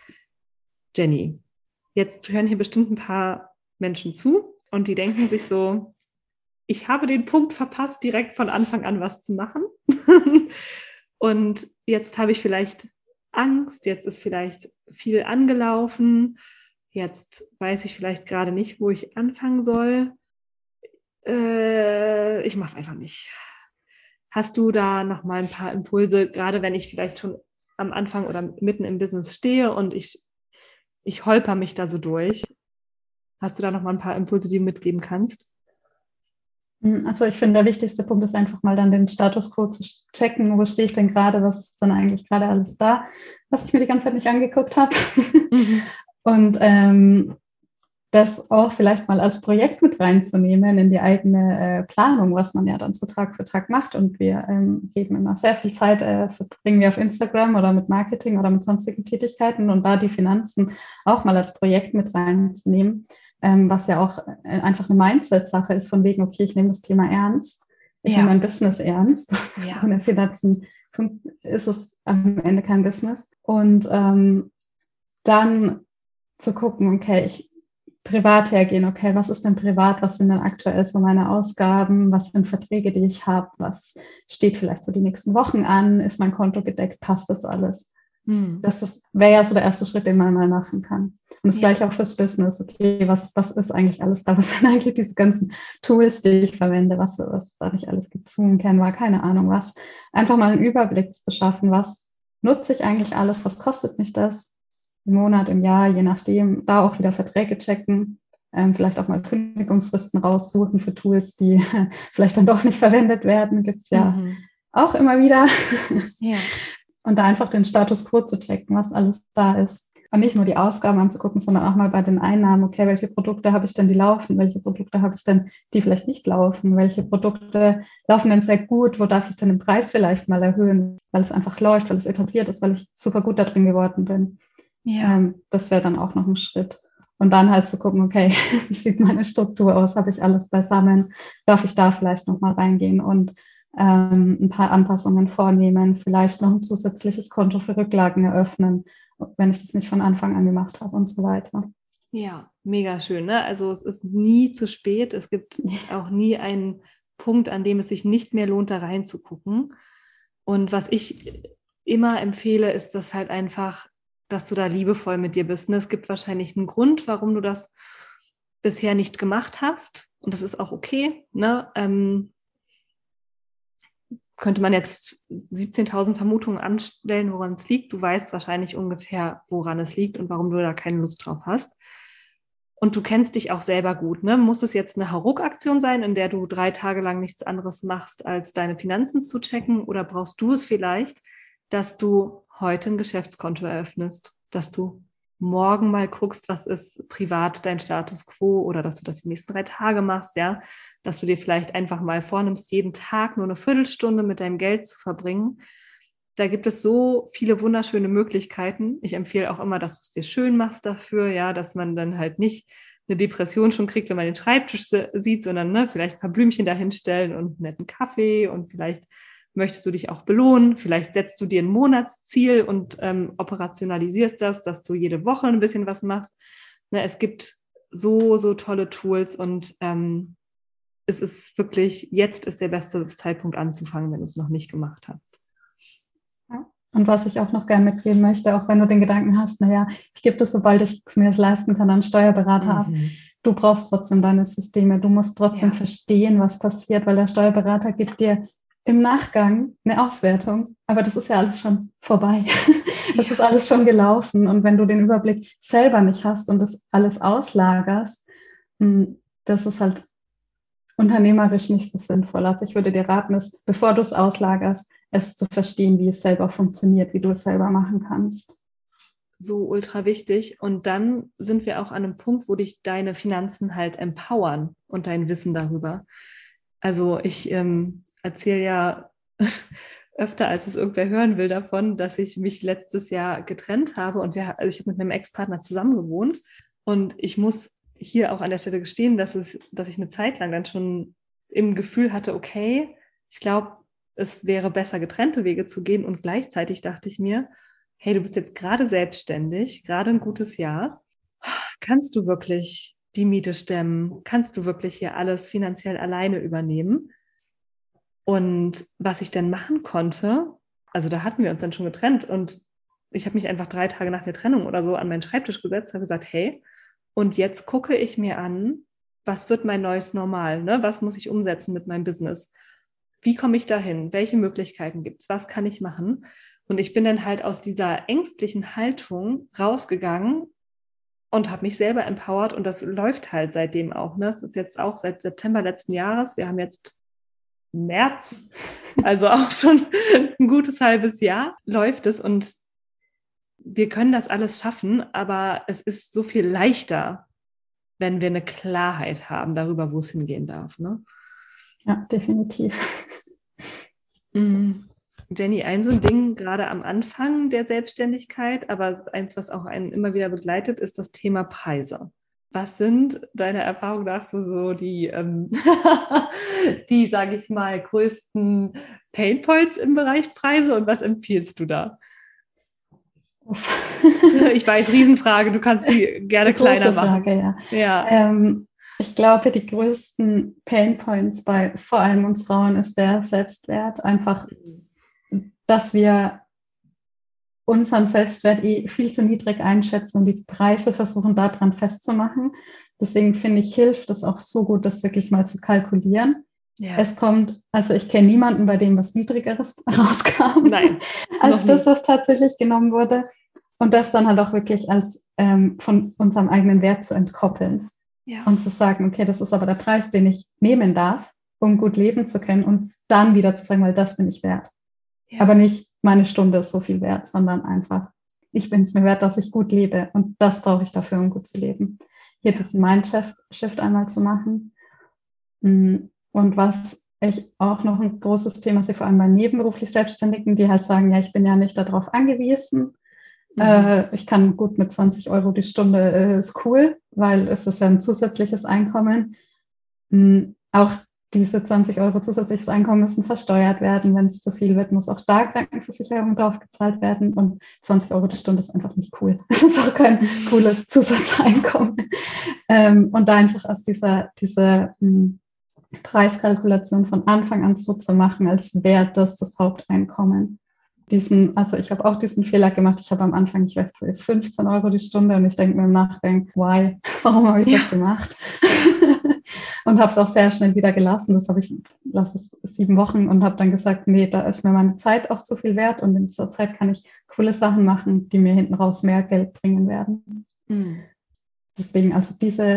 Jenny, jetzt hören hier bestimmt ein paar Menschen zu und die denken sich so, ich habe den Punkt verpasst, direkt von Anfang an was zu machen. Und jetzt habe ich vielleicht Angst, jetzt ist vielleicht viel angelaufen, jetzt weiß ich vielleicht gerade nicht, wo ich anfangen soll. Ich mache es einfach nicht. Hast du da noch mal ein paar Impulse, gerade wenn ich vielleicht schon am Anfang oder mitten im Business stehe und ich holper mich da so durch? Hast du da noch mal ein paar Impulse, die du mitgeben kannst? Also ich finde, der wichtigste Punkt ist einfach mal dann den Status quo zu checken, wo stehe ich denn gerade, was ist denn eigentlich gerade alles da, was ich mir die ganze Zeit nicht angeguckt habe. Mhm. Und das auch vielleicht mal als Projekt mit reinzunehmen in die eigene Planung, was man ja dann so Tag für Tag macht. Und wir geben immer sehr viel Zeit, verbringen wir auf Instagram oder mit Marketing oder mit sonstigen Tätigkeiten und da die Finanzen auch mal als Projekt mit reinzunehmen, was ja auch einfach eine Mindset-Sache ist, von wegen, okay, ich nehme das Thema ernst, ich nehme mein Business ernst. Ja. Ohne Finanzen ist es am Ende kein Business. Und dann zu gucken, okay, privat hergehen, okay, was ist denn privat, was sind denn aktuell so meine Ausgaben, was sind Verträge, die ich habe, was steht vielleicht so die nächsten Wochen an, ist mein Konto gedeckt, passt das alles? Das wäre ja so der erste Schritt, den man mal machen kann. Und das gleiche auch fürs Business, okay, was ist eigentlich alles da, was sind eigentlich diese ganzen Tools, die ich verwende, was da nicht alles gibt, Zoom, Canva, keine Ahnung was. Einfach mal einen Überblick zu beschaffen, was nutze ich eigentlich alles, was kostet mich das? Im Monat, im Jahr, je nachdem, da auch wieder Verträge checken, vielleicht auch mal Kündigungsfristen raussuchen für Tools, die vielleicht dann doch nicht verwendet werden, gibt es ja auch immer wieder. Ja. Und da einfach den Status quo zu checken, was alles da ist. Und nicht nur die Ausgaben anzugucken, sondern auch mal bei den Einnahmen, okay, welche Produkte habe ich denn, die laufen, welche Produkte habe ich denn, die vielleicht nicht laufen, welche Produkte laufen denn sehr gut, wo darf ich denn den Preis vielleicht mal erhöhen, weil es einfach läuft, weil es etabliert ist, weil ich super gut da drin geworden bin. Ja. Das wäre dann auch noch ein Schritt. Und dann halt zu gucken, okay, wie sieht meine Struktur aus? Habe ich alles beisammen? Darf ich da vielleicht noch mal reingehen und ein paar Anpassungen vornehmen? Vielleicht noch ein zusätzliches Konto für Rücklagen eröffnen, wenn ich das nicht von Anfang an gemacht habe und so weiter. Ja, mega schön. Ne? Also es ist nie zu spät. Es gibt auch nie einen Punkt, an dem es sich nicht mehr lohnt, da reinzugucken. Und was ich immer empfehle, ist das halt einfach, dass du da liebevoll mit dir bist. Und es gibt wahrscheinlich einen Grund, warum du das bisher nicht gemacht hast. Und das ist auch okay. Ne? Könnte man jetzt 17.000 Vermutungen anstellen, woran es liegt. Du weißt wahrscheinlich ungefähr, woran es liegt und warum du da keine Lust drauf hast. Und du kennst dich auch selber gut. Ne? Muss es jetzt eine Hauruck-Aktion sein, in der du 3 Tage lang nichts anderes machst, als deine Finanzen zu checken? Oder brauchst du es vielleicht, dass du heute ein Geschäftskonto eröffnest, dass du morgen mal guckst, was ist privat dein Status quo, oder dass du das die nächsten 3 Tage machst, ja, dass du dir vielleicht einfach mal vornimmst, jeden Tag nur eine Viertelstunde mit deinem Geld zu verbringen. Da gibt es so viele wunderschöne Möglichkeiten. Ich empfehle auch immer, dass du es dir schön machst dafür, ja, dass man dann halt nicht eine Depression schon kriegt, wenn man den Schreibtisch sieht, sondern ne, vielleicht ein paar Blümchen dahinstellen und einen netten Kaffee, und vielleicht möchtest du dich auch belohnen. Vielleicht setzt du dir ein Monatsziel und operationalisierst das, dass du jede Woche ein bisschen was machst. Ne, es gibt so tolle Tools, und es ist wirklich, jetzt ist der beste Zeitpunkt anzufangen, wenn du es noch nicht gemacht hast. Und was ich auch noch gerne mitgeben möchte, auch wenn du den Gedanken hast, naja, ich gebe das, sobald ich mir das leisten kann, an Steuerberater ab. Du brauchst trotzdem deine Systeme. Du musst trotzdem verstehen, was passiert, weil der Steuerberater gibt dir im Nachgang eine Auswertung. Aber das ist ja alles schon vorbei. Das ist alles schon gelaufen. Und wenn du den Überblick selber nicht hast und das alles auslagerst, das ist halt unternehmerisch nicht so sinnvoll. Also ich würde dir raten, bevor du es auslagerst, es zu verstehen, wie es selber funktioniert, wie du es selber machen kannst. So ultra wichtig. Und dann sind wir auch an einem Punkt, wo dich deine Finanzen halt empowern und dein Wissen darüber. Also ich erzähle ja öfter, als es irgendwer hören will, davon, dass ich mich letztes Jahr getrennt habe, und ich habe mit meinem Ex-Partner zusammen gewohnt, und ich muss hier auch an der Stelle gestehen, dass ich eine Zeit lang dann schon im Gefühl hatte, okay, ich glaube, es wäre besser, getrennte Wege zu gehen, und gleichzeitig dachte ich mir, hey, du bist jetzt gerade selbstständig, gerade ein gutes Jahr, kannst du wirklich die Miete stemmen? Kannst du wirklich hier alles finanziell alleine übernehmen? Und was ich dann machen konnte, also da hatten wir uns dann schon getrennt, und ich habe mich einfach 3 Tage nach der Trennung oder so an meinen Schreibtisch gesetzt, habe gesagt, hey, und jetzt gucke ich mir an, was wird mein neues Normal, ne? Was muss ich umsetzen mit meinem Business? Wie komme ich dahin? Welche Möglichkeiten gibt es? Was kann ich machen? Und ich bin dann halt aus dieser ängstlichen Haltung rausgegangen und habe mich selber empowert und das läuft halt seitdem auch. Ne? Das ist jetzt auch seit September letzten Jahres. Wir haben jetzt März, also auch schon ein gutes halbes Jahr läuft es und wir können das alles schaffen, aber es ist so viel leichter, wenn wir eine Klarheit haben darüber, wo es hingehen darf. Ne? Ja, definitiv. Jenny, ein so ein Ding gerade am Anfang der Selbstständigkeit, aber eins, was auch einen immer wieder begleitet, ist das Thema Preise. Was sind deiner Erfahrung nach so die, die, sage ich mal, größten Painpoints im Bereich Preise und was empfiehlst du da? Ich weiß, Riesenfrage, du kannst sie gerne kleiner machen. Frage, ja. Ich glaube, die größten Painpoints bei vor allem uns Frauen ist der Selbstwert. Einfach, dass wir unseren Selbstwert viel zu niedrig einschätzen und die Preise versuchen, daran festzumachen. Deswegen finde ich, hilft es auch so gut, das wirklich mal zu kalkulieren. Ja. Es kommt, also ich kenne niemanden, bei dem was Niedrigeres rauskam, Nein, als das, was tatsächlich genommen wurde. Und das dann halt auch wirklich als von unserem eigenen Wert zu entkoppeln. Ja. Und zu sagen, okay, das ist aber der Preis, den ich nehmen darf, um gut leben zu können. Und dann wieder zu sagen, weil das bin ich wert. Ja. Aber nicht, meine Stunde ist so viel wert, sondern einfach, ich bin es mir wert, dass ich gut lebe. Und das brauche ich dafür, um gut zu leben. Hier diesen Mindshift einmal zu machen. Und was ich auch noch ein großes Thema sehe, vor allem bei nebenberuflich Selbstständigen, die halt sagen, ja, ich bin ja nicht darauf angewiesen. Ich kann gut mit 20 Euro die Stunde, ist cool, weil es ist ja ein zusätzliches Einkommen. Auch diese 20 Euro zusätzliches Einkommen müssen versteuert werden. Wenn es zu viel wird, muss auch da Krankenversicherung drauf gezahlt werden. Und 20 Euro die Stunde ist einfach nicht cool. Das ist auch kein cooles Zusatzeinkommen. Und da einfach aus dieser Preiskalkulation von Anfang an so zu machen, als wäre das Haupteinkommen. Also ich habe auch diesen Fehler gemacht. Ich habe am Anfang, ich weiß nicht, 15 Euro die Stunde und ich denke mir im Nachgang, why? Warum habe ich das gemacht? Und habe es auch sehr schnell wieder gelassen. Das habe ich, lasse es 7 Wochen und habe dann gesagt, nee, da ist mir meine Zeit auch zu viel wert und in dieser Zeit kann ich coole Sachen machen, die mir hinten raus mehr Geld bringen werden. Deswegen also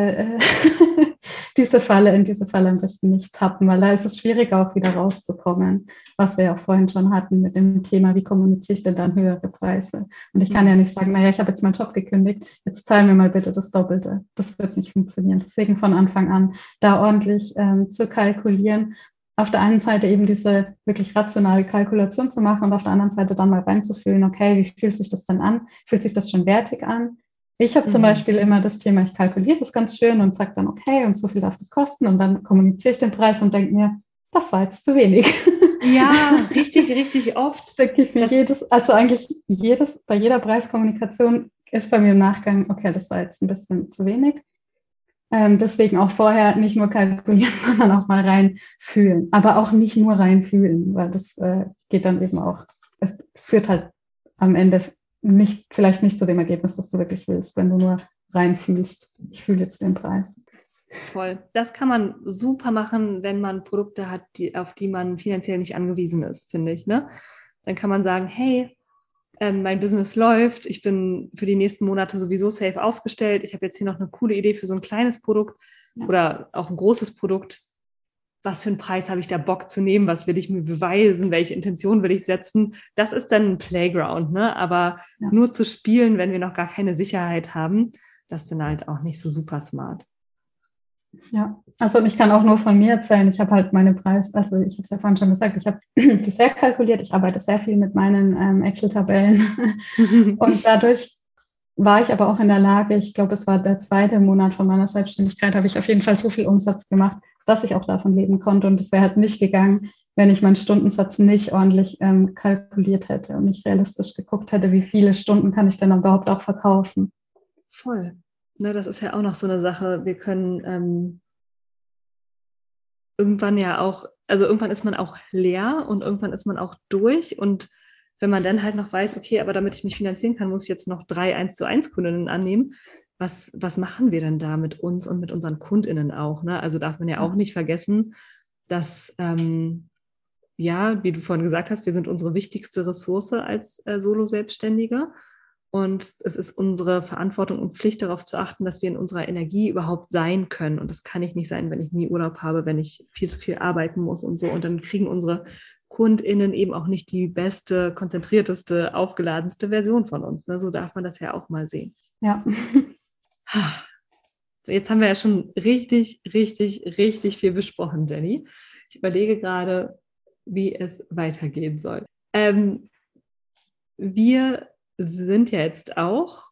diese Falle ein bisschen nicht tappen, weil da ist es schwieriger auch wieder rauszukommen, was wir ja auch vorhin schon hatten mit dem Thema, wie kommuniziere ich denn dann höhere Preise? Und ich kann ja nicht sagen, naja, ich habe jetzt meinen Job gekündigt, jetzt zahlen wir mal bitte das Doppelte. Das wird nicht funktionieren. Deswegen von Anfang an da ordentlich zu kalkulieren. Auf der einen Seite eben diese wirklich rationale Kalkulation zu machen und auf der anderen Seite dann mal reinzufühlen, okay, wie fühlt sich das denn an? Fühlt sich das schon wertig an? Ich habe zum Beispiel immer das Thema, ich kalkuliere das ganz schön und sage dann, okay, und so viel darf das kosten und dann kommuniziere ich den Preis und denke mir, das war jetzt zu wenig. Ja, richtig, richtig oft. Denke ich mir bei jeder Preiskommunikation ist bei mir im Nachgang, okay, das war jetzt ein bisschen zu wenig. Deswegen auch vorher nicht nur kalkulieren, sondern auch mal reinfühlen. Aber auch nicht nur reinfühlen, weil das geht dann eben auch, es führt halt am Ende vielleicht nicht zu dem Ergebnis, das du wirklich willst, wenn du nur reinfühlst, ich fühle jetzt den Preis. Voll. Das kann man super machen, wenn man Produkte hat, auf die man finanziell nicht angewiesen ist, finde ich. Ne? Dann kann man sagen, hey, mein Business läuft, ich bin für die nächsten Monate sowieso safe aufgestellt, ich habe jetzt hier noch eine coole Idee für so ein kleines Produkt oder auch ein großes Produkt. Was für einen Preis habe ich da Bock zu nehmen? Was will ich mir beweisen? Welche Intention will ich setzen? Das ist dann ein Playground, ne? Aber nur zu spielen, wenn wir noch gar keine Sicherheit haben, das ist dann halt auch nicht so super smart. Ja, also und ich kann auch nur von mir erzählen, ich habe halt meine also ich habe es ja vorhin schon gesagt, ich habe die sehr kalkuliert, ich arbeite sehr viel mit meinen Excel-Tabellen und dadurch war ich aber auch in der Lage, ich glaube, es war der 2. Monat von meiner Selbstständigkeit, habe ich auf jeden Fall so viel Umsatz gemacht, dass ich auch davon leben konnte und es wäre halt nicht gegangen, wenn ich meinen Stundensatz nicht ordentlich kalkuliert hätte und nicht realistisch geguckt hätte, wie viele Stunden kann ich denn überhaupt auch verkaufen. Voll. Ne, das ist ja auch noch so eine Sache, wir können irgendwann ja auch, also irgendwann ist man auch leer und irgendwann ist man auch durch und wenn man dann halt noch weiß, okay, aber damit ich mich finanzieren kann, muss ich jetzt noch 3 1:1 Kundinnen annehmen. Was machen wir denn da mit uns und mit unseren KundInnen auch? Ne? Also darf man ja auch nicht vergessen, dass, ja, wie du vorhin gesagt hast, wir sind unsere wichtigste Ressource als Solo-Selbstständige. Und es ist unsere Verantwortung und Pflicht, darauf zu achten, dass wir in unserer Energie überhaupt sein können. Und das kann ich nicht sein, wenn ich nie Urlaub habe, wenn ich viel zu viel arbeiten muss und so. Und dann kriegen unsere KundInnen eben auch nicht die beste, konzentrierteste, aufgeladenste Version von uns. Ne? So darf man das ja auch mal sehen. Ja. Jetzt haben wir ja schon richtig, richtig, richtig viel besprochen, Jenny. Ich überlege gerade, wie es weitergehen soll. Wir sind ja jetzt auch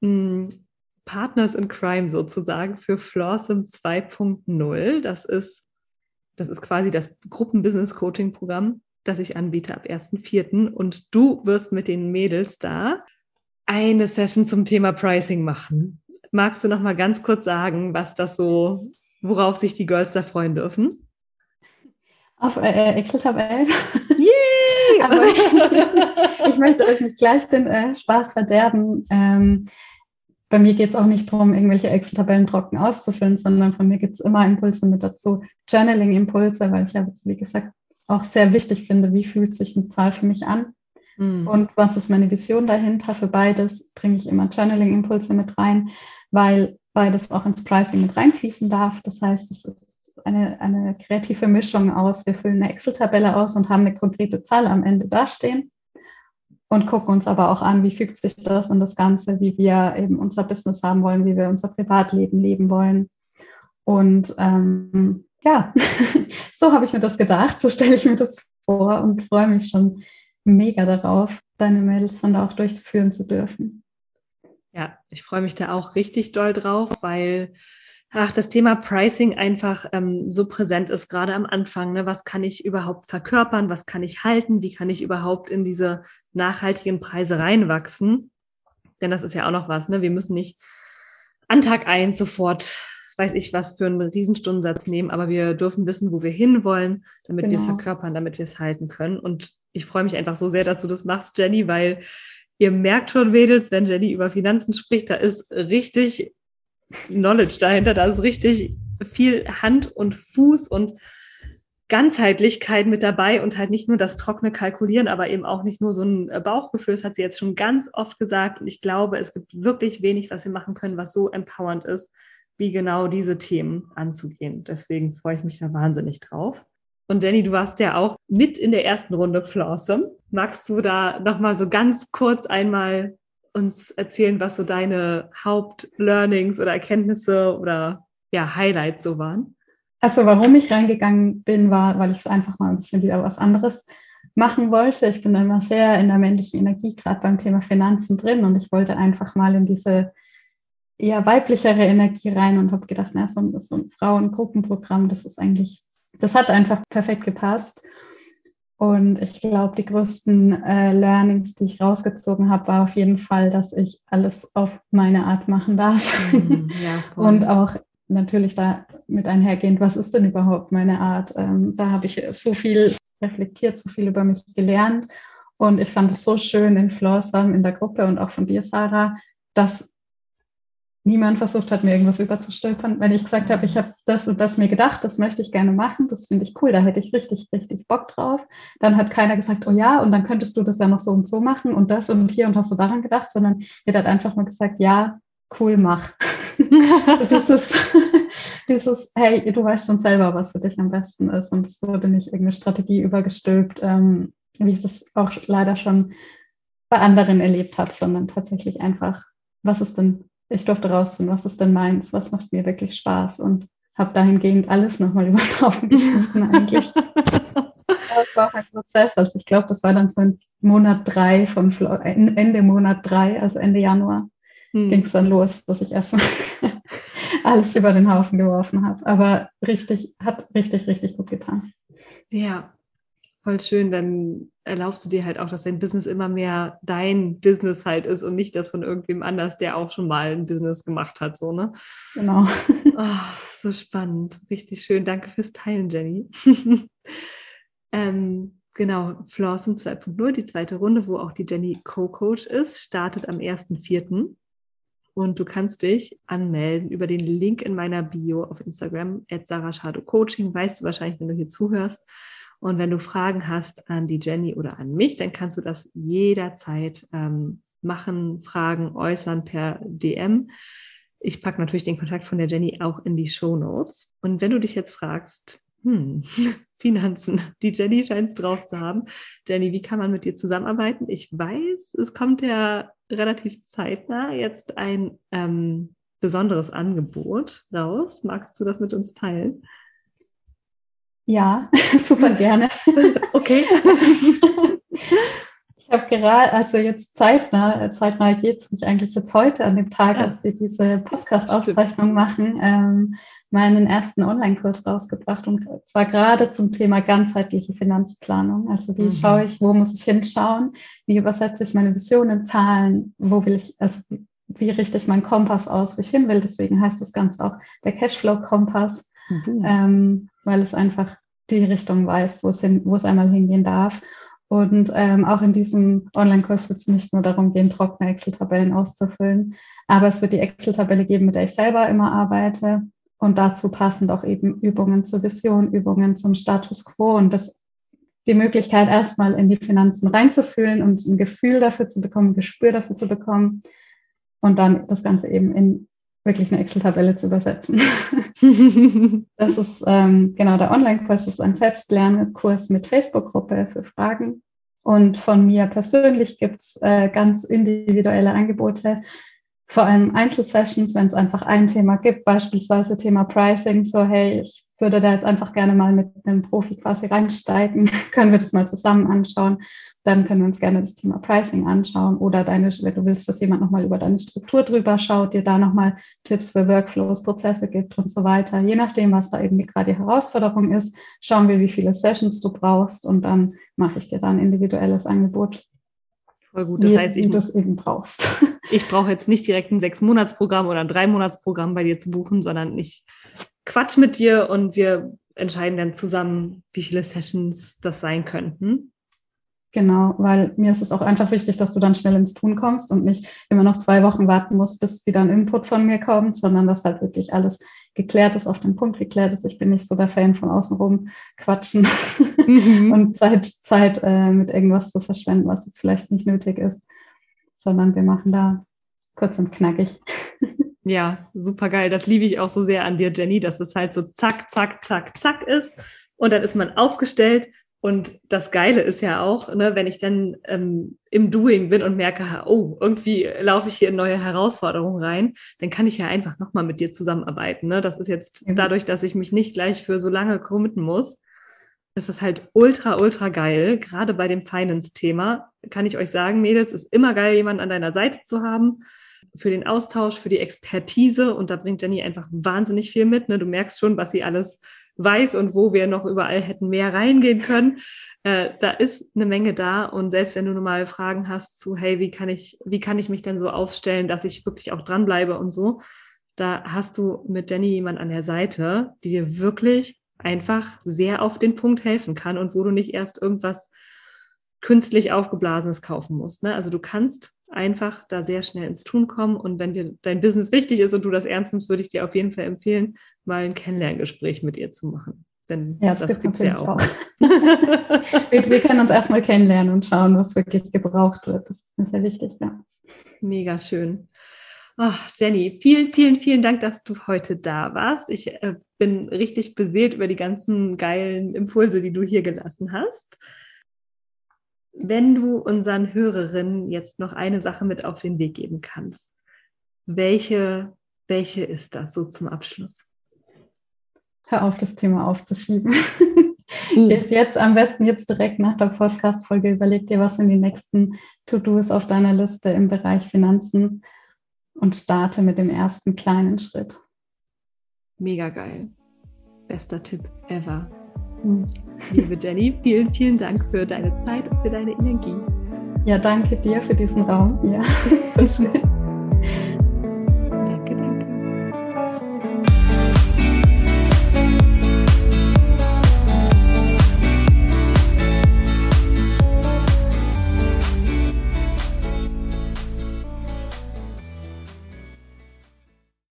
Partners in Crime sozusagen für Flawsome 2.0. Das ist quasi das Gruppen-Business-Coaching-Programm, das ich anbiete ab 1.4. Und du wirst mit den Mädels da eine Session zum Thema Pricing machen. Magst du noch mal ganz kurz sagen, was das so, worauf sich die Girls da freuen dürfen? Auf Excel-Tabellen. Yay! Aber ich möchte euch nicht gleich den Spaß verderben. Bei mir geht es auch nicht darum, irgendwelche Excel-Tabellen trocken auszufüllen, sondern von mir gibt es immer Impulse mit dazu. Journaling-Impulse, weil ich ja, wie gesagt, auch sehr wichtig finde, wie fühlt sich eine Zahl für mich an und was ist meine Vision dahinter. Für beides bringe ich immer Journaling-Impulse mit rein, weil beides auch ins Pricing mit reinfließen darf. Das heißt, es ist eine kreative Mischung aus. Wir füllen eine Excel-Tabelle aus und haben eine konkrete Zahl am Ende dastehen und gucken uns aber auch an, wie fügt sich das in das Ganze, wie wir eben unser Business haben wollen, wie wir unser Privatleben leben wollen. Und ja, so habe ich mir das gedacht, so stelle ich mir das vor und freue mich schon mega darauf, deine Mädels dann da auch durchführen zu dürfen. Ja, ich freue mich da auch richtig doll drauf, weil das Thema Pricing einfach so präsent ist, gerade am Anfang. Ne? Was kann ich überhaupt verkörpern? Was kann ich halten? Wie kann ich überhaupt in diese nachhaltigen Preise reinwachsen? Denn das ist ja auch noch was. Ne? Wir müssen nicht an Tag 1 sofort, weiß ich was, für einen Riesenstundensatz nehmen, aber wir dürfen wissen, wo wir hinwollen, damit wir es verkörpern, damit wir es halten können. Und ich freue mich einfach so sehr, dass du das machst, Jenny, weil ihr merkt schon, Mädels, wenn Jenny über Finanzen spricht, da ist richtig Knowledge dahinter, da ist richtig viel Hand und Fuß und Ganzheitlichkeit mit dabei und halt nicht nur das trockene Kalkulieren, aber eben auch nicht nur so ein Bauchgefühl, das hat sie jetzt schon ganz oft gesagt und ich glaube, es gibt wirklich wenig, was wir machen können, was so empowernd ist, wie genau diese Themen anzugehen. Deswegen freue ich mich da wahnsinnig drauf. Und Jenny, du warst ja auch mit in der ersten Runde Flawsome. Magst du da nochmal so ganz kurz einmal uns erzählen, was so deine Hauptlearnings oder Erkenntnisse oder ja, Highlights so waren? Also warum ich reingegangen bin, war, weil ich es einfach mal ein bisschen wieder was anderes machen wollte. Ich bin immer sehr in der männlichen Energie, gerade beim Thema Finanzen drin und ich wollte einfach mal in diese eher weiblichere Energie rein und habe gedacht, na, so ein Frauengruppenprogramm, das hat einfach perfekt gepasst. Und ich glaube, die größten Learnings, die ich rausgezogen habe, war auf jeden Fall, dass ich alles auf meine Art machen darf. Ja, und auch natürlich da mit einhergehend, was ist denn überhaupt meine Art? Da habe ich so viel reflektiert, so viel über mich gelernt. Und ich fand es so schön in Flawsome, in der Gruppe und auch von dir, Sarah, dass niemand versucht hat, mir irgendwas überzustülpern. Wenn ich gesagt habe, ich habe das und das mir gedacht, das möchte ich gerne machen, das finde ich cool, da hätte ich richtig, richtig Bock drauf. Dann hat keiner gesagt, oh ja, und dann könntest du das ja noch so und so machen und das und hier und hast du daran gedacht, sondern jeder hat einfach nur gesagt, ja, cool, mach. dieses, hey, du weißt schon selber, was für dich am besten ist und es wurde nicht irgendeine Strategie übergestülpt, wie ich das auch leider schon bei anderen erlebt habe, sondern tatsächlich einfach, ich durfte rausfinden, was ist denn meins, was macht mir wirklich Spaß und habe dahingehend alles nochmal über den Haufen geschmissen eigentlich. Das war auch ein Prozess, also ich glaube, das war dann so in Monat 3 Ende Monat 3, also Ende Januar, ging es dann los, dass ich erstmal alles über den Haufen geworfen habe. Aber hat richtig gut getan. Ja, voll schön. Dann erlaubst du dir halt auch, dass dein Business immer mehr dein Business halt ist und nicht das von irgendwem anders, der auch schon mal ein Business gemacht hat, so, ne? Genau. Oh, so spannend. Richtig schön. Danke fürs Teilen, Jenny. Genau, Flawsome 2.0, die zweite Runde, wo auch die Jenny Co-Coach ist, startet am 1.4. Und du kannst dich anmelden über den Link in meiner Bio auf Instagram, @saraschadow-coaching, weißt du wahrscheinlich, wenn du hier zuhörst. Und wenn du Fragen hast an die Jenny oder an mich, dann kannst du das jederzeit machen, Fragen äußern per DM. Ich packe natürlich den Kontakt von der Jenny auch in die Shownotes. Und wenn du dich jetzt fragst, Finanzen, die Jenny scheint es drauf zu haben. Jenny, wie kann man mit dir zusammenarbeiten? Ich weiß, es kommt ja relativ zeitnah jetzt ein besonderes Angebot raus. Magst du das mit uns teilen? Ja, super gerne. Okay. Ich habe gerade, also jetzt zeitnah geht es nicht eigentlich jetzt heute an dem Tag, als wir diese Podcast-Aufzeichnung machen, meinen ersten Online-Kurs rausgebracht und zwar gerade zum Thema ganzheitliche Finanzplanung. Also wie schaue ich, wo muss ich hinschauen, wie übersetze ich meine Vision in Zahlen, wo will ich, also wie richte ich meinen Kompass aus, wo ich hin will. Deswegen heißt das Ganze auch der Cashflow-Kompass, weil es einfach die Richtung weiß, wo es einmal hingehen darf. Und auch in diesem Online-Kurs wird es nicht nur darum gehen, trockene Excel-Tabellen auszufüllen, aber es wird die Excel-Tabelle geben, mit der ich selber immer arbeite und dazu passend auch eben Übungen zur Vision, Übungen zum Status Quo und die Möglichkeit, erstmal in die Finanzen reinzufühlen und ein Gefühl dafür zu bekommen, ein Gespür dafür zu bekommen und dann das Ganze eben in wirklich eine Excel-Tabelle zu übersetzen. Das ist genau der Online-Kurs, ist ein Selbstlernkurs mit Facebook-Gruppe für Fragen. Und von mir persönlich gibt es ganz individuelle Angebote, vor allem Einzelsessions, wenn es einfach ein Thema gibt, beispielsweise Thema Pricing, so hey, ich würde da jetzt einfach gerne mal mit einem Profi quasi reinsteigen, können wir das mal zusammen anschauen, dann können wir uns gerne das Thema Pricing anschauen oder wenn du willst, dass jemand nochmal über deine Struktur drüber schaut, dir da nochmal Tipps für Workflows, Prozesse gibt und so weiter. Je nachdem, was da eben gerade die Herausforderung ist, schauen wir, wie viele Sessions du brauchst und dann mache ich dir da ein individuelles Angebot. Voll gut, das heißt, wie du es eben brauchst. Ich brauche jetzt nicht direkt ein 6-Monats-Programm oder ein 3-Monats-Programm bei dir zu buchen, sondern ich quatsch mit dir und wir entscheiden dann zusammen, wie viele Sessions das sein könnten. Genau, weil mir ist es auch einfach wichtig, dass du dann schnell ins Tun kommst und nicht immer noch 2 Wochen warten musst, bis wieder ein Input von mir kommt, sondern dass halt wirklich alles geklärt ist, auf den Punkt geklärt ist. Ich bin nicht so der Fan von außenrum quatschen und Zeit mit irgendwas zu verschwenden, was jetzt vielleicht nicht nötig ist, sondern wir machen da kurz und knackig. Ja, super geil. Das liebe ich auch so sehr an dir, Jenny, dass es halt so zack, zack, zack, zack ist und dann ist man aufgestellt. Und das Geile ist ja auch, ne, wenn ich dann im Doing bin und merke, oh, irgendwie laufe ich hier in neue Herausforderungen rein, dann kann ich ja einfach nochmal mit dir zusammenarbeiten. Ne? Das ist jetzt dadurch, dass ich mich nicht gleich für so lange committen muss, ist das halt ultra, ultra geil. Gerade bei dem Finance-Thema kann ich euch sagen, Mädels, ist immer geil, jemanden an deiner Seite zu haben, für den Austausch, für die Expertise. Und da bringt Jenny einfach wahnsinnig viel mit. Ne? Du merkst schon, was sie alles weiß und wo wir noch überall hätten mehr reingehen können. Da ist eine Menge da. Und selbst wenn du nur mal Fragen hast zu, hey, wie kann ich mich denn so aufstellen, dass ich wirklich auch dranbleibe und so, da hast du mit Jenny jemand an der Seite, die dir wirklich einfach sehr auf den Punkt helfen kann und wo du nicht erst irgendwas künstlich Aufgeblasenes kaufen musst. Ne? Also du kannst einfach da sehr schnell ins Tun kommen und wenn dir dein Business wichtig ist und du das ernst nimmst, würde ich dir auf jeden Fall empfehlen, mal ein Kennenlerngespräch mit ihr zu machen. Denn ja, das gibt es ja auch. wir können uns erstmal kennenlernen und schauen, was wirklich gebraucht wird. Das ist mir sehr wichtig, ja. Mega schön. Ach, Jenny, vielen, vielen, vielen Dank, dass du heute da warst. Ich bin richtig beseelt über die ganzen geilen Impulse, die du hier gelassen hast. Wenn du unseren Hörerinnen jetzt noch eine Sache mit auf den Weg geben kannst, welche ist das so zum Abschluss? Hör auf, das Thema aufzuschieben. Gehst jetzt am besten direkt nach der Podcast-Folge, überleg dir, was sind die nächsten To-Dos auf deiner Liste im Bereich Finanzen und starte mit dem ersten kleinen Schritt. Mega geil. Bester Tipp ever. Liebe Jenny, vielen, vielen Dank für deine Zeit und für deine Energie. Ja, danke dir für diesen Raum. Ja, das ist schön.